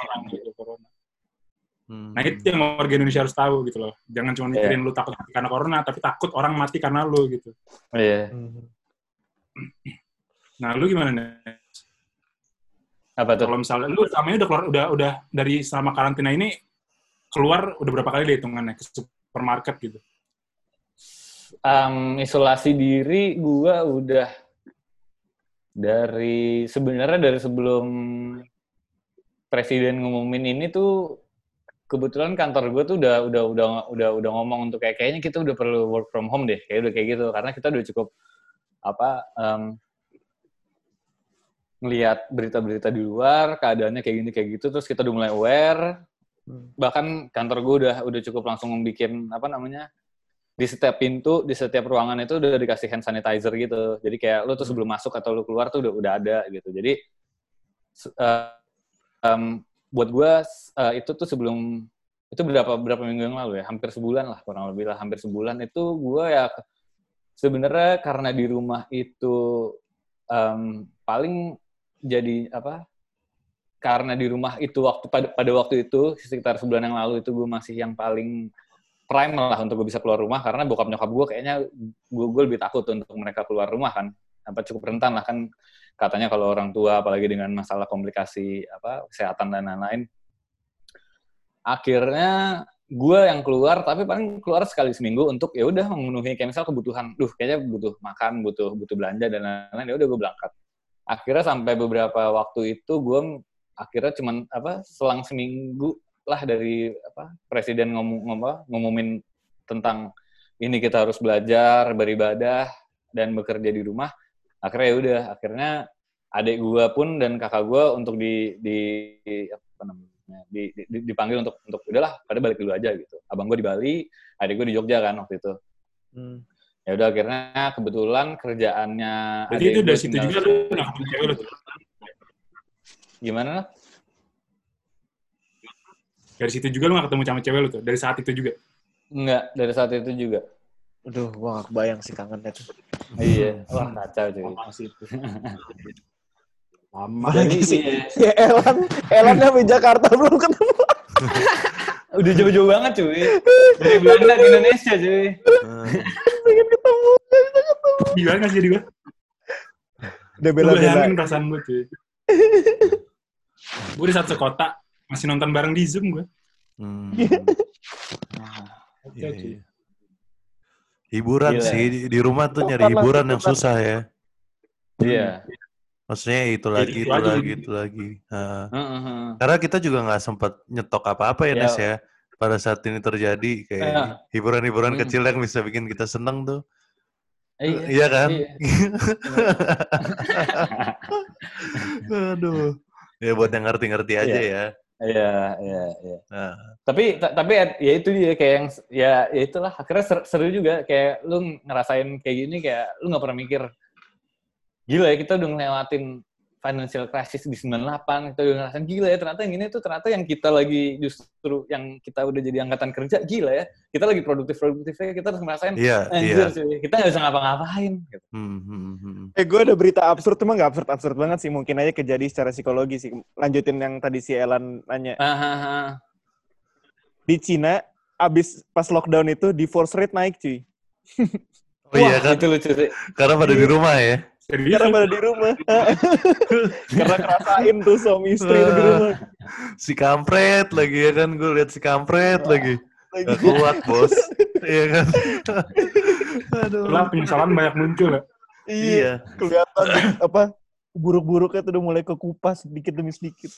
Hmm. Nah itu yang warga Indonesia harus tahu gitu loh. Jangan cuma mikirin yeah. lu takut mati karena corona, tapi takut orang mati karena lu gitu. Iya. Yeah. Nah lu gimana nih? Apa tuh? Kalau misalnya lu selama ini udah keluar, udah udah dari selama karantina ini keluar udah berapa kali deh hitungannya ke supermarket gitu? Um, isolasi diri gua udah dari sebenarnya dari sebelum presiden ngumumin ini tuh kebetulan kantor gue tuh udah udah udah udah udah ngomong untuk kayak kayaknya kita udah perlu work from home deh, kayak udah kayak gitu karena kita udah cukup apa um, ngelihat berita-berita di luar keadaannya kayak gini kayak gitu terus kita udah mulai aware hmm. bahkan kantor gue udah udah cukup langsung bikin apa namanya di setiap pintu di setiap ruangan itu udah dikasih hand sanitizer gitu jadi kayak lu tuh sebelum masuk atau lu keluar tuh udah udah ada gitu jadi uh, um, buat gue uh, itu tuh sebelum itu berapa berapa minggu yang lalu ya hampir sebulan lah kurang lebih lah hampir sebulan itu gue ya sebenarnya karena di rumah itu um, paling jadi apa karena di rumah itu waktu pada pada waktu itu sekitar sebulan yang lalu itu gue masih yang paling prime lah untuk gue bisa keluar rumah karena bokap nyokap gue kayaknya gue gue lebih takut untuk mereka keluar rumah kan apa cukup rentan lah kan katanya kalau orang tua apalagi dengan masalah komplikasi apa kesehatan dan lain-lain akhirnya gue yang keluar tapi paling keluar sekali seminggu untuk ya udah memenuhi kayak misal kebutuhan duh kayaknya butuh makan butuh butuh belanja dan lain-lain ya udah gue berangkat akhirnya sampai beberapa waktu itu gue akhirnya cuman apa selang seminggu lah dari apa presiden ngomong ngomong ngumumin tentang ini kita harus belajar beribadah dan bekerja di rumah akhirnya ya udah akhirnya adik gue pun dan kakak gue untuk di di apa namanya di, di, dipanggil untuk untuk udahlah pada balik dulu aja gitu abang gue di Bali adik gue di Jogja kan waktu itu hmm. ya udah akhirnya kebetulan kerjaannya berarti itu dari situ juga lu nggak ketemu cewek lu gimana dari situ juga lu nggak ketemu sama cewek lu tuh dari saat itu juga enggak dari saat itu juga Aduh, gua gak kebayang sih kangennya tuh. Iya, wah kacau cuy. Makasih itu. Lama. Jadi sih. iya. Ya Elan, Elan sampai Jakarta belum ketemu. Udah jauh-jauh banget cuy. Dari Belanda ke Indonesia cuy. Pengen ketemu, gak bisa ketemu. Gimana sih jadi gue? Udah Gue bela-bela. bayangin perasaan gue cuy. Gue di satu kota masih nonton bareng di Zoom gue. Hmm. Nah, Iya, cuy. iya. Hiburan Gila. sih di, di rumah tuh nyari hiburan yang susah ya. Iya. Maksudnya itu lagi, itu itu aja. lagi, itu lagi. Nah, Heeh. karena kita juga nggak sempat nyetok apa-apa ya, Ya. Nes ya. Pada saat ini terjadi kayak Ya. hiburan-hiburan Hmm. kecil yang bisa bikin kita seneng tuh. Iya. Iya kan? Iya. Aduh. Ya buat yang ngerti-ngerti aja Iya. ya. Iya, iya, iya. Nah, Tapi ta- tapi ya itu dia kayak yang ya ya itulah akhirnya ser- seru juga kayak lu ngerasain kayak gini kayak lu nggak pernah mikir gila ya kita udah ngelewatin financial crisis di sembilan puluh delapan, kita udah ngerasain gila ya ternyata yang ini tuh ternyata yang kita lagi justru yang kita udah jadi angkatan kerja gila ya kita lagi produktif-produktifnya kita harus ngerasain iya, anjir iya. cuy, kita nggak bisa ngapa-ngapain gitu. Hmm, hmm, hmm. Eh, gue ada berita absurd, cuma gak absurd-absurd banget sih. Mungkin aja kejadian secara psikologi sih. Lanjutin yang tadi si Elan nanya. Ah, ah, ah. Di Cina, abis pas lockdown itu, divorce rate naik, cuy. Oh iya Wah, kan? itu lucu sih. Karena pada di rumah ya. Serius? Karena pada di rumah. Karena ngerasain tuh suami istri di rumah. Si kampret lagi ya kan, gue lihat si kampret lagi. Gak kuat bos. Iya kan. Aduh. Setelah penyesalan banyak muncul ya. Iya. Kelihatan apa buruk-buruknya tuh udah mulai kekupas sedikit demi sedikit.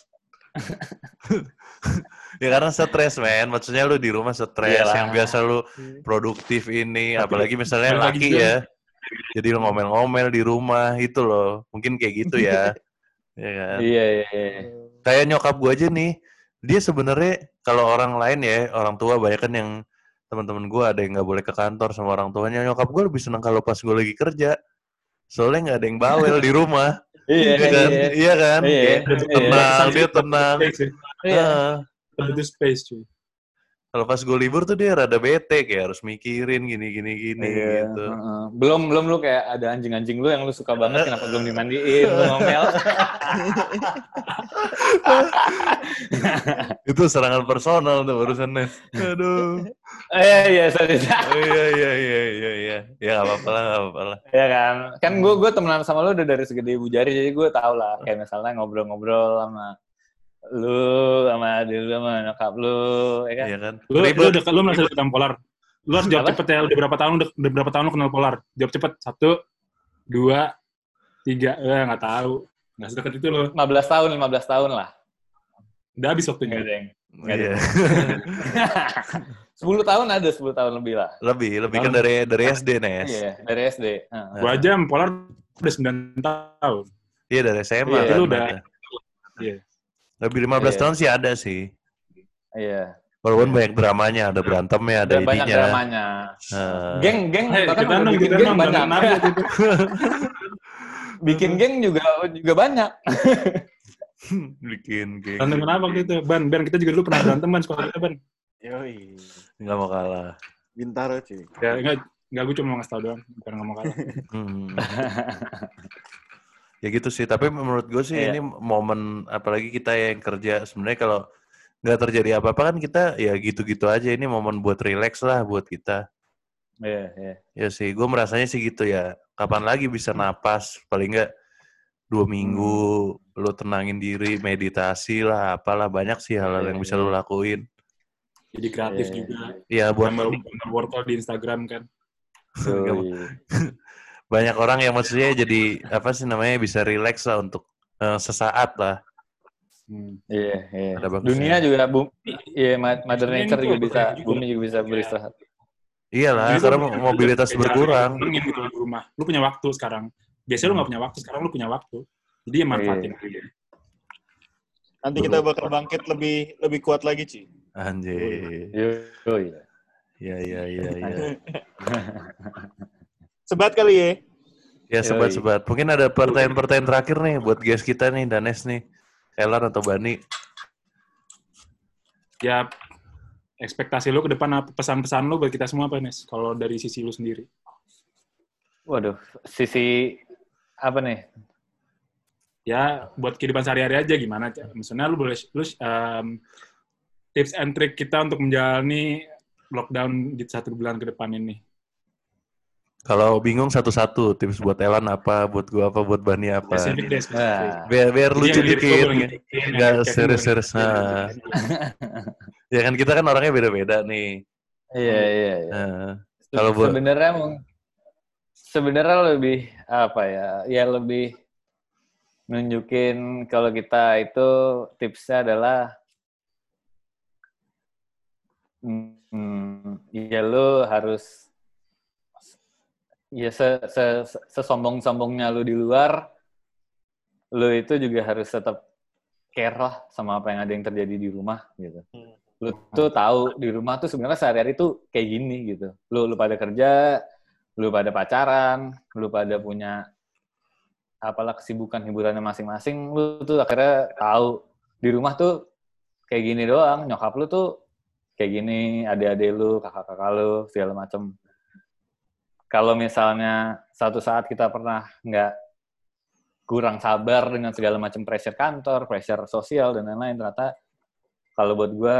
Ya karena stres men, maksudnya lu di rumah stres. Iyalah. Yang biasa lu produktif ini, Tapi, apalagi misalnya balik lagi laki juga. ya. Jadi lu ngomel-ngomel di rumah itu loh. Mungkin kayak gitu ya. Ya kan. Iya, iya, iya. Kayak nyokap gue aja nih, dia sebenarnya kalau orang lain ya, orang tua banyak kan yang teman-teman gue ada yang nggak boleh ke kantor sama orang tuanya. Nyokap gue lebih senang kalau pas gue lagi kerja, soalnya nggak ada yang bawel di rumah. Iya, Iya kan, iya. iya kan, Iya, Kayak iya. tenang, dia tenang. Iya. Ah. Butuh space cuy. Kalau pas gue libur tuh dia rada bete, kayak harus mikirin gini-gini gini Iya, gitu. uh-uh. Belum belum lu kayak ada anjing-anjing lu yang lu suka banget kenapa belum dimandiin, lu ngomel. Itu serangan personal tuh urusannya. Aduh. Iya, iya, sorry. Oh, iya, iya, iya, iya, iya. Ya nggak apa-apa lah, nggak apa-apa lah. Iya kan? Kan gue gue temenan sama lu udah dari segede ibu jari, jadi gue tau lah. Kayak misalnya ngobrol-ngobrol sama lu, sama adik lu, sama nyokap lu, ya kan? Iya kan. Lu, lu Ribet. udah lu merasa ketemu Polar. Lu harus jawab Apa? cepet ya. Udah berapa tahun udah, udah berapa tahun lu kenal Polar? Jawab cepet. Satu, dua, tiga. Eh nggak tahu. Nggak sedekat itu lo. lima belas tahun, lima belas tahun lah. Udah habis waktunya. Enggak, Deng. Nggak Iya. sepuluh tahun ada, sepuluh tahun lebih lah. Lebih, lebih kan dari dari S D, Nes. Iya, dari S D. Uh-huh. Gua aja sama Polar udah sembilan tahun. Iya, dari S M A Iya, kan. lu udah- berarti. Iya. Lebih lima belas Iya. tahun sih ada sih. Iya. Walaupun banyak dramanya, ada berantemnya, ada Ada banyak ininya. dramanya. Nah. Geng, geng, Eh, bahkan kita udah dong, bikin kita geng dong. banyak. Kenapa gitu? Bikin geng juga juga banyak. Bikin geng. Berantem kenapa gitu? Ban, Ban, kita juga dulu pernah berantem, Ban. Sekolah kita, Ban. Yoi. Nggak mau kalah. Bintaro, cuy. Ya, enggak, enggak gue cuma mau ngasih tau doang. Bukan nggak mau kalah. Hmm. Ya gitu sih, tapi menurut gue sih Iya. ini momen, apalagi kita yang kerja, sebenarnya kalau nggak terjadi apa-apa kan kita ya gitu-gitu aja, ini momen buat relax lah buat kita. Iya, iya. Ya sih, gue merasanya sih gitu ya, kapan lagi bisa napas, paling nggak dua minggu, lu tenangin diri, meditasi lah, apalah, banyak sih hal-hal yang bisa lu lakuin. Jadi kreatif Iya. juga. Ya buat Gambar, gambar workout di Instagram kan. Yoi. banyak orang yang maksudnya jadi, apa sih namanya, bisa relax lah untuk eh, sesaat lah. Hmm. Iya, iya. Ada bagusnya. Dunia juga, bu, iya, ma- Mother Dunia Nature ini juga tuh bisa, banyak juga. bumi juga bisa beristirahat. Iyalah, Jadi karena lu- mobilitas kayak berkurang. jarang dingin gitu di rumah. Lu punya waktu sekarang. Biasanya lu nggak punya waktu, sekarang lu punya waktu. Jadi ya manfaatin aja. Nanti kita bakal bangkit lebih lebih kuat lagi, cuy. Anjir. Yoi. Iya, iya, iya, iya. Sebat kali ya. Ya, sebat-sebat. Mungkin ada pertanyaan-pertanyaan terakhir nih buat guys kita nih, Danes nih. Elan atau Bani. Ya ekspektasi lu ke depan apa, pesan-pesan lu buat kita semua apa, Nes? Kalau dari sisi lu sendiri. Waduh, sisi apa nih? Ya, buat kehidupan sehari-hari aja gimana? Misalnya lu boleh, lu um, tips and trick kita untuk menjalani lockdown di satu bulan ke depan ini. Kalau bingung satu-satu, tips buat Elan apa, buat gua apa, buat Bani apa. Spesifik deh, spesifik. Biar, biar Jadi lucu yang dikit. Nggak kayak serius-serius. Nah. Ya kan kita kan orangnya beda-beda nih. Iya, iya, iya. Nah, kalau buat sebenarnya sebenarnya lebih apa ya? Ya lebih nunjukin kalau kita itu tipsnya adalah hmm, ya lu harus ya se, se, sesombong-sombongnya lu di luar, lu itu juga harus tetap care lah sama apa yang ada yang terjadi di rumah gitu. Lu tuh tahu di rumah tuh sebenarnya sehari-hari tuh kayak gini gitu. Lu lu pada kerja, lu pada pacaran, lu pada punya apalah kesibukan hiburannya masing-masing, lu tuh akhirnya tahu di rumah tuh kayak gini doang. Nyokap lu tuh kayak gini, adik-adik lu, kakak-kakak lu, segala macam. Kalau misalnya satu saat kita pernah nggak kurang sabar dengan segala macam pressure kantor, pressure sosial, dan lain-lain, ternyata kalau buat gue,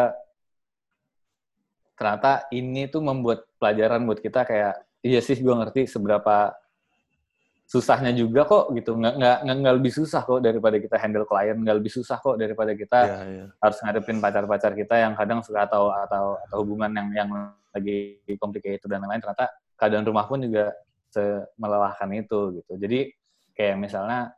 ternyata ini tuh membuat pelajaran buat kita kayak, iya sih gue ngerti seberapa susahnya juga kok gitu, nggak, nggak, nggak lebih susah kok daripada kita handle klien, nggak lebih susah kok daripada kita yeah, yeah. harus ngadepin pacar-pacar kita yang kadang suka atau atau atau hubungan yang yang lagi complicated dan lain-lain, ternyata keadaan rumah pun juga melelahkan itu gitu. Jadi kayak misalnya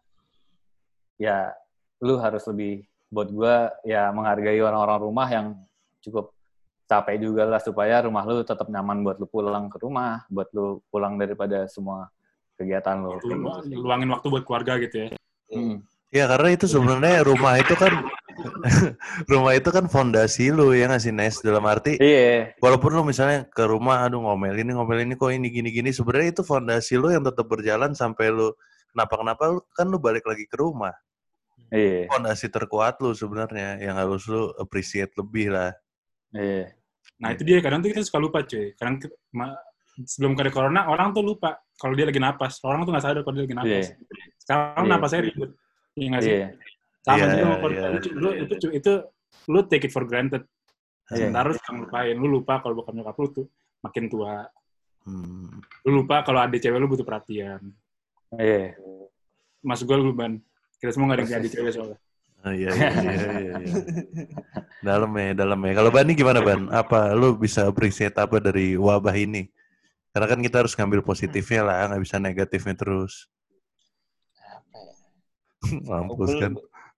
ya lu harus lebih buat gue ya menghargai orang-orang rumah yang cukup capek juga lah supaya rumah lu tetap nyaman buat lu pulang ke rumah, buat lu pulang daripada semua kegiatan lu. Lu, luangin waktu buat keluarga gitu ya. Hmm. Ya karena itu sebenarnya rumah itu kan rumah itu kan fondasi lu ya nggak sih Nes, dalam arti iya. Walaupun lu misalnya ke rumah aduh ngomel ini ngomel ini kok ini gini-gini, sebenarnya itu fondasi lu yang tetap berjalan sampai lu kenapa-kenapa lu kan lu balik lagi ke rumah. Iya. Fondasi terkuat lu sebenarnya yang harus lu appreciate lebih lah. Iya. Nah itu dia, kadang tuh kita suka lupa cuy. Kadang sebelum ada corona orang tuh lupa kalau dia lagi napas. Orang tuh nggak sadar kalau dia lagi napas. Yeah. Sekarang yeah. napasnya ribet. Iya nggak sih? Yeah. Sama yeah, juga yeah, yeah. Lu, lu, itu, itu lu take it for granted. Sementara yeah. lu lupain. Lu lupa kalau bukan nyokap lu tuh makin tua. Hmm. Lu lupa kalau adik cewek lu butuh perhatian. Iya. Yeah. Mas gue lu ban. Kita semua nggak ada yang adik cewek soalnya. Oh iya iya iya iya. iya. Dalam ya, dalam ya. Kalau Bani gimana Ban? Apa lu bisa appreciate apa dari wabah ini? Karena kan kita harus ngambil positifnya lah, nggak bisa negatifnya terus. Apa ya? Mampus kan.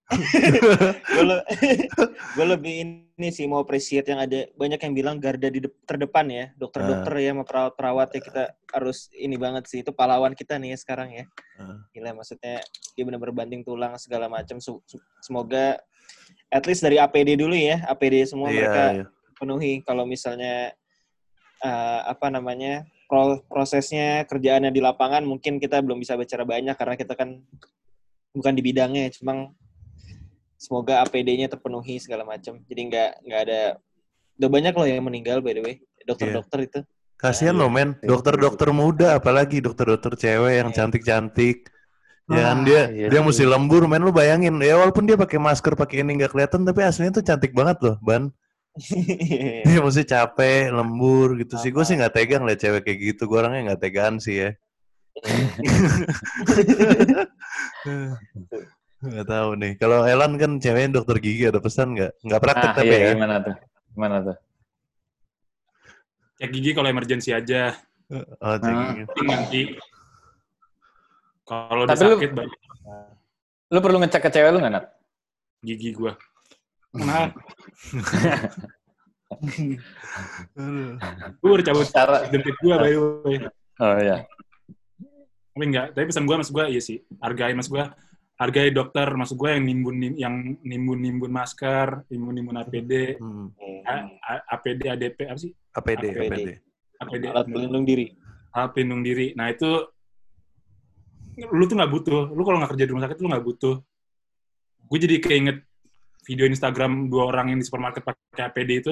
Gue le- gue lebih ini sih mau appreciate yang ada banyak yang bilang garda di de- terdepan ya, dokter-dokter uh. ya, sama perawat-perawat ya, kita harus ini banget sih, itu pahlawan kita nih ya sekarang ya. Uh. Gila, maksudnya dia benar-benar banting tulang segala macam. Semoga at least dari A P D dulu ya, A P D semua yeah, mereka yeah. penuhi. Kalau misalnya uh, apa namanya pro- prosesnya kerjaannya di lapangan mungkin kita belum bisa bicara banyak karena kita kan bukan di bidangnya, cuma semoga A P D-nya terpenuhi segala macam. Jadi nggak nggak ada, udah banyak loh yang meninggal by the way, dokter-dokter yeah. itu. Kasian nah, loh men, dokter-dokter muda apalagi dokter-dokter cewek yang yeah. cantik-cantik. Ya kan dia iya, dia iya. mesti lembur men, lu bayangin ya, walaupun dia pakai masker pakai ini nggak kelihatan tapi aslinya tuh cantik banget loh Ban. Dia mesti capek lembur gitu. Apa? Sih gue sih nggak tegang liat cewek kayak gitu, gue orangnya nggak tegaan sih ya. Nggak tahu nih. Kalau Elan kan ceweknya dokter gigi, ada pesan nggak? Nggak praktek ah, tapi iya, ya. Gimana tuh? Gimana tuh? Cek gigi kalau emergency aja. Oh cek nah. gigi. Nanti. Kalau udah sakit lu, banyak. Lu perlu ngecek ke cewek lu nggak, Nat? Gigi gua. Nah. Gue udah cabut cara dempit gua by the way. Oh iya. Tapi enggak, tapi pesan gua maksud gua iya sih. Hargai maksud gua, hargai dokter maksud gua yang nimbun yang nimbun-nimbun masker, nimbun-nimbun A P D. Hmm. A, A, A P D A D P apa sih? A P D, A P D. A P D. Alat pelindung diri. Alat pelindung diri. Nah, itu lu tuh nggak butuh. Lu kalau nggak kerja di rumah sakit, lu nggak butuh. Gue jadi keinget video Instagram dua orang yang di supermarket pakai A P D itu.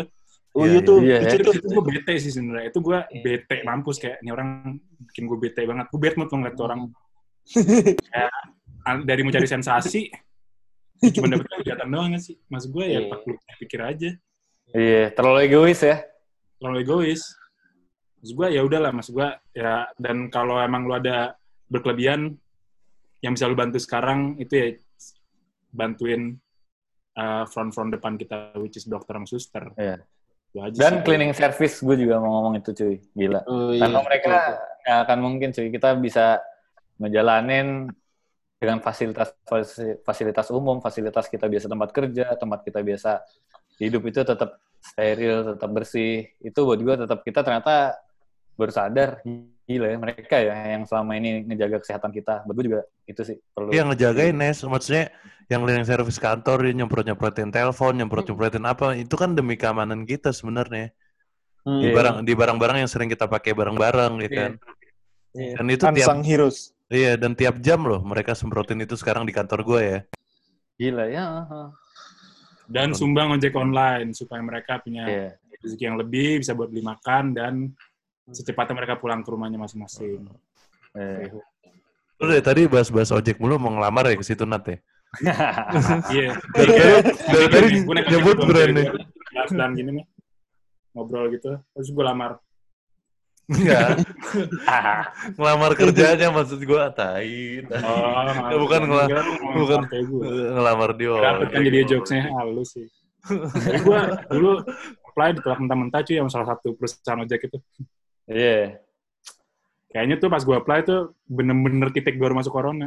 Oh Iya, iya tuh, iya. lucu Itu, tuh. itu gue bete sih sebenarnya. Itu gue bete mampus kayak ini orang bikin gue bete banget. Gue bete banget ngeliat tuh orang. Kayak an- dari mau cari sensasi, cuma dapet kejahatan doang nggak sih? Maksud gue ya Iya. tak lu pikir aja. Iya, terlalu egois ya. Terlalu egois. Maksud gue ya udahlah, maksud gue ya. Dan kalau emang lu ada berkelebihan yang bisa lu bantu sekarang itu ya bantuin uh, front-front depan kita, which is dokter sama suster. Iya. Itu aja Dan sih. cleaning service gue juga mau ngomong itu cuy, gila. Oh, Karena iya. mereka nggak akan mungkin cuy, kita bisa ngejalanin dengan fasilitas fasilitas umum, fasilitas kita biasa tempat kerja, tempat kita biasa hidup itu tetap steril, tetap bersih. Itu buat gue tetap kita ternyata baru sadar, gila ya mereka ya yang selama ini ngejaga kesehatan kita. Buat gue juga itu sih perlu. Yang ngejagain, Nes. Maksudnya yang cleaning service kantor, dia nyemprot-nyemprotin telepon, nyemprot-nyemprotin apa, itu kan demi keamanan kita sebenarnya. Hmm. Di Iya. barang di barang-barang yang sering kita pakai bareng-bareng, ya kan. Iya. Dan itu tiap Unsung heroes. iya dan tiap jam loh mereka semprotin itu sekarang di kantor gue ya. Gila ya. Dan sumbang ojek online supaya mereka punya Iya. rezeki yang lebih, bisa buat beli makan, dan secepatnya mereka pulang ke rumahnya masing-masing. Iya. Lu dari tadi bahas-bahas ojek mulu mau ngelamar ya ke situ Nat ya? Iya. Dari tadi, dari tadi Gue naik nyebut ojek brand doang, nih. gue dan gini nih. Ngobrol gitu. Terus gue lamar. Enggak. Ngelamar kerjanya maksud gue, tai. tai. Oh, bukan ngela- kira lu ngomong bukan kayak gue. ngelamar dia. Dapet kan jadi jokesnya halus sih. Jadi gue dulu apply ditolak mentah-mentah cuy yang salah satu perusahaan ojek itu. Iya. Kayaknya tuh pas gue apply tuh bener-bener titik baru masuk corona.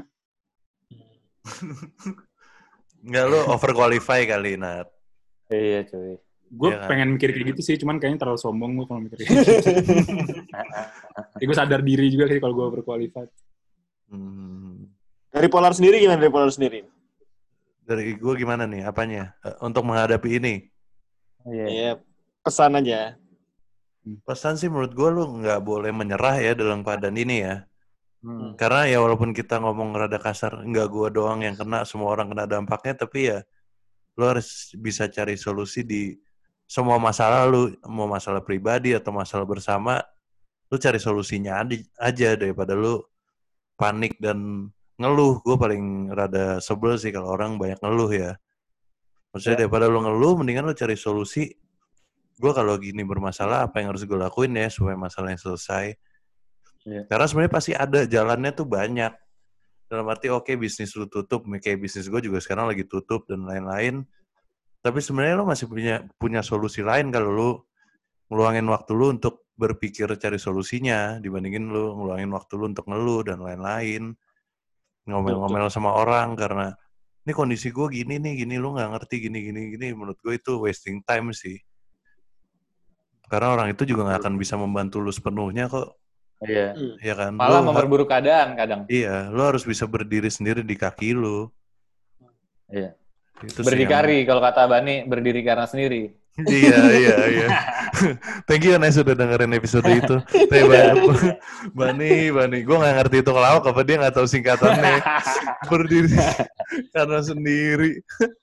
Enggak, lu overqualify kali Nat. Iya cuy. Gue Iya kan? pengen mikir kayak gitu sih, cuman kayaknya terlalu sombong gue kalau mikir kayak gitu. Jadi gue sadar diri juga sih kalau gue berqualified. Hmm. Dari Polar sendiri gimana dari Polar sendiri? Dari gue gimana nih apanya Eh, untuk menghadapi ini? Iya. Iya, pesan aja. Pesan sih menurut gue lu nggak boleh menyerah ya dalam keadaan ini ya. Hmm. Karena ya walaupun kita ngomong rada kasar, nggak gue doang yang kena, semua orang kena dampaknya, tapi ya lu harus bisa cari solusi di semua masalah lu, mau masalah pribadi atau masalah bersama, lu cari solusinya adi- aja daripada lu panik dan ngeluh. Gue paling rada sebel sih kalau orang banyak ngeluh ya. Maksudnya Ya. daripada lu ngeluh, mendingan lu cari solusi. Gue kalau gini bermasalah, apa yang harus gue lakuin ya supaya masalahnya selesai. Ya. Karena sebenarnya pasti ada jalannya tuh banyak. Dalam arti oke okay, bisnis lu tutup, kayak bisnis gue juga sekarang lagi tutup dan lain-lain. Tapi sebenarnya lu masih punya punya solusi lain kalau lu ngeluangin waktu lu untuk berpikir cari solusinya dibandingin lu ngeluangin waktu lu untuk ngeluh dan lain-lain. Ngomel-ngomel sama orang karena ini kondisi gue gini nih, gini lu nggak ngerti gini gini gini. Menurut gue itu wasting time sih. Karena orang itu juga nggak akan bisa membantu lu sepenuhnya kok. Iya. Ya kan? Malah Lu memperburuk keadaan kadang. Iya, lu harus bisa berdiri sendiri di kaki lu. Iya. Itu sih Berdikari kalau kata Bani, berdiri karena sendiri. yang- Iya, iya, iya. Thank you Nes sudah dengerin episode itu. Tapi banyak Bani, Bani. Gue nggak ngerti itu kelawak apa dia nggak tahu singkatannya. Berdiri karena sendiri.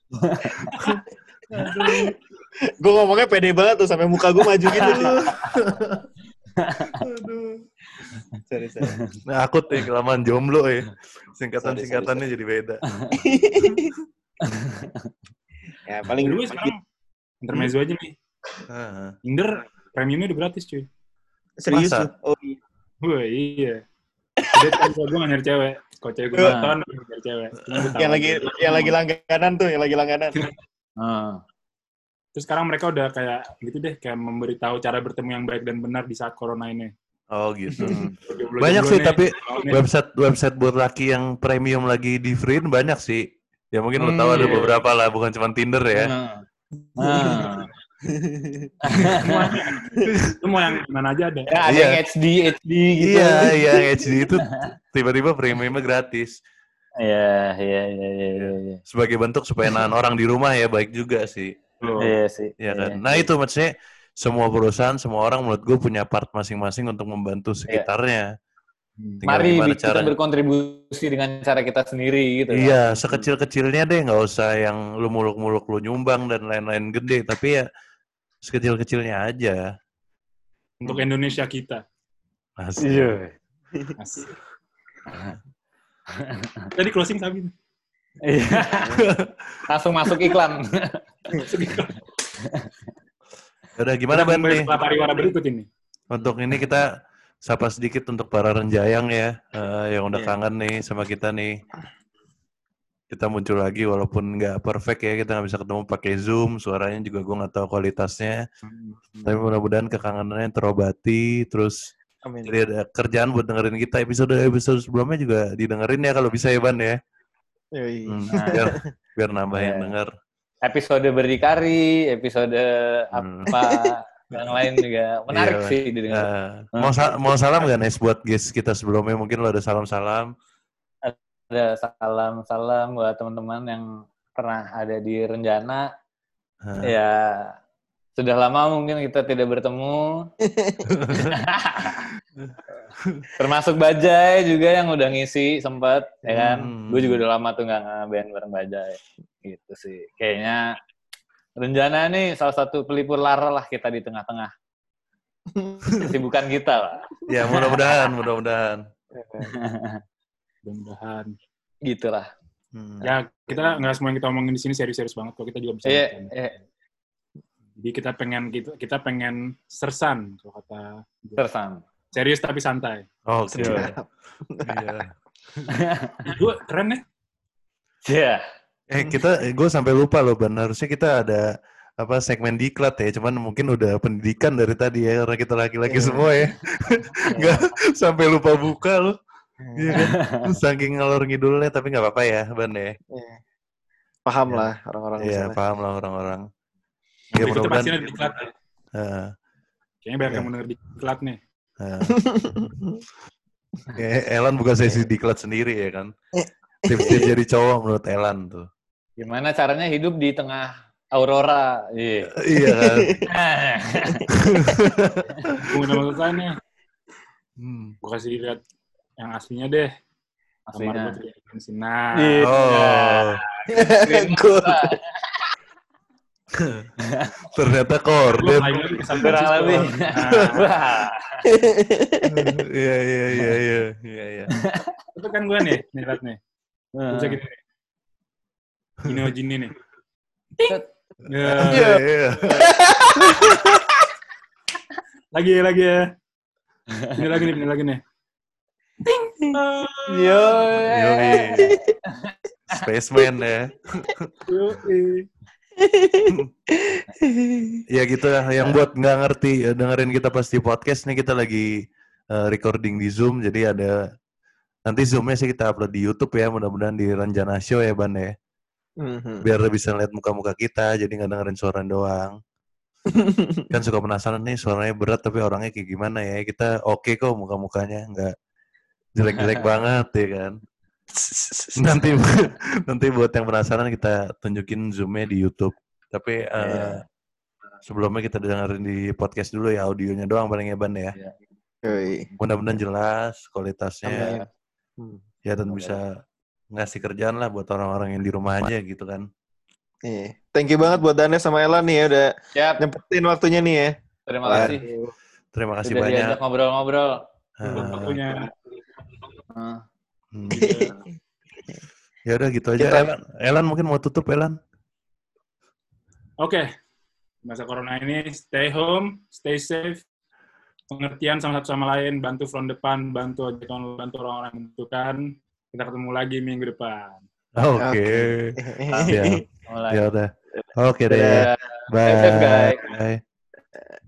Gue ngomongnya pede banget tuh sampai muka gue maju gitu. Aduh. Sorry, sorry. Nah, aku tuh kelamaan jomblo ya. Singkatan-singkatannya jadi beda. Ya paling Dulu sekarang intermezzo aja nih. Ah. Tinder premiumnya udah gratis cuy. serius Masa? tuh. Oh iya. Wah iya. Udah kan gue gak nyari cewek. Kalau cewek gue Nah. nonton, gue nyari cewek. Cuma gue tahu Yang lagi aja. yang lagi langganan tuh, yang lagi langganan. Hmm. Terus sekarang mereka udah kayak gitu deh, kayak memberitahu cara bertemu yang baik dan benar di saat corona ini. Oh gitu. Jomblo-jomblo Banyak sih, nih, tapi mau nih. website website buat laki yang premium lagi di free banyak sih. Ya mungkin lo tahu ada Hmm, iya. beberapa lah, bukan cuma Tinder ya. Hmm. Lu mau yang mana aja ada. Ya, ada Iya. yang H D, H D gitu. Iya, iya H D itu tiba-tiba premiumnya gratis. Iya, iya, iya, iya, iya. Sebagai bentuk supaya nahan orang di rumah ya, baik juga sih. Iya sih. Ya kan. Iya. Nah itu maksudnya semua perusahaan, semua orang menurut gue punya part masing-masing untuk membantu sekitarnya. Tinggal Mari gimana kita cara- berkontribusi dengan cara kita sendiri gitu. Iya, sekecil-kecilnya deh, nggak usah yang lu muluk-muluk lu nyumbang dan lain-lain gede, tapi ya sekecil-kecilnya aja. Untuk Indonesia kita. Asik. Iya. Asik. Tadi closing Sabi. Iya. Langsung masuk iklan. Udah gimana Ban nih? Setelah pariwara berikut ini. Untuk ini kita sapa sedikit untuk para renjayang ya, uh, yang udah Yeah. kangen nih sama kita nih. Kita muncul lagi walaupun nggak perfect ya, kita nggak bisa ketemu pakai Zoom, suaranya juga gue nggak tahu kualitasnya. Hmm. Tapi mudah-mudahan kekangenannya terobati, terus Amin. jadi ada kerjaan buat dengerin kita. Episode-episode sebelumnya juga didengerin ya kalau bisa ya Ban ya. Yoi. Hmm, biar, biar nambah yang Yeah. denger. Episode berdikari, episode Hmm. apa yang lain juga menarik Iya, sih didengar. Uh, mau, sa- mau salam gak Nes buat guest kita sebelumnya? Mungkin lo ada salam-salam. Ada salam-salam buat teman-teman yang pernah ada di Renjana. Uh, Ya, sudah lama mungkin kita tidak bertemu. Termasuk Bajai juga yang udah ngisi sempat, ya kan? Hmm. Gue juga udah lama tuh nggak nge-band bareng Bajai. Gitu sih. Kayaknya Renjana nih salah satu pelipur lara lah kita di tengah-tengah. Kesibukan kita lah. Ya mudah-mudahan, mudah-mudahan. Mudah-mudahan. Gitu lah. Hmm. Ya, kita nggak semua yang kita omongin di sini serius-serius banget kok. Kita juga bisa. Iya, ngomongin. iya. Jadi kita pengen kita, kita pengen sersan kalau kata Tersan. serius tapi santai. Oh, oke. Siap. Iya. Gue keren ya. Iya. Eh kita, gue sampai lupa loh Ban. Harusnya kita ada apa segmen diklat ya. Cuman mungkin udah pendidikan dari tadi ya. Karena kita laki-laki Iya. semua ya. Nggak sampai lupa buka loh. Iya kan? Saking ngalor ngidulnya. Tapi nggak apa-apa ya Ban ya. Iya. Paham Iya. lah orang-orang di Iya sana. paham lah orang-orang. Ya Nanti kita mudah-mudahan. pasti ada diklat. Ya. Uh, Kayaknya banyak Iya. yang mau denger diklat nih. uh. Kayak Elan buka sesi diklat sendiri ya kan. Tips-tips jadi cowok menurut Elan tuh. Gimana caranya hidup di tengah aurora? Iya. Iya kan. Gue udah masuk sana. Hmm. Gue kasih lihat yang aslinya deh. Kamar Aslinya. gue terlihat di sini. Nah, Iya. Oh, Good. ternyata gue korden. lagi ke San Kurang Francisco. lebih. Nah, Wah. Iya iya iya iya iya iya. itu kan gue nih, nih lihat nih. Gue bisa gini nih. Gini oh gini nih. Set. Ya. Iya iya. Lagi lagi ya. Ini lagi nih, ini lagi nih. Yo. Yoi. Spaceman ya. Yoi. Ya gitu lah. Yang buat nggak ngerti eh, dengerin kita pas di podcast nih kita lagi eh, recording di Zoom. Jadi ada nanti Zoom-nya sih kita upload di YouTube ya. Mudah-mudahan di Renjana Show ya Ban ya. Mhm. Biar bisa lihat muka-muka kita. Jadi nggak dengerin suara doang. Kan suka penasaran nih suaranya berat tapi orangnya kayak gimana ya. Kita oke kok muka-mukanya. Nggak jelek-jelek banget ya kan. Nanti nanti buat yang penasaran kita tunjukin Zoom-nya di YouTube. Tapi uh, Iya. sebelumnya kita dengerin di podcast dulu ya, audionya doang paling ya Ban ya. Yoi. Mudah-mudahan jelas kualitasnya. Amin. Ya dan bisa ngasih kerjaan lah buat orang-orang yang di rumah aja gitu kan. Iya. Thank you banget buat Danes sama Elan nih ya udah Siap. nyempetin waktunya nih ya. Terima kasih. Terima kasih Sudah banyak. diajak ngobrol-ngobrol. Uh, Waktunya. Hmm. hmm. Ya udah gitu aja. Kita- Elan, Elan mungkin mau tutup Elan. Oke. Masa corona ini stay home, stay safe. Pengertian sama satu sama lain, bantu front depan, bantu ojek online, bantu orang-orang yang membutuhkan. Kita ketemu lagi minggu depan. Oke. Siap. Mulai. Ya udah. Oke deh. Dadah. Bye. Stay safe, guys. Bye.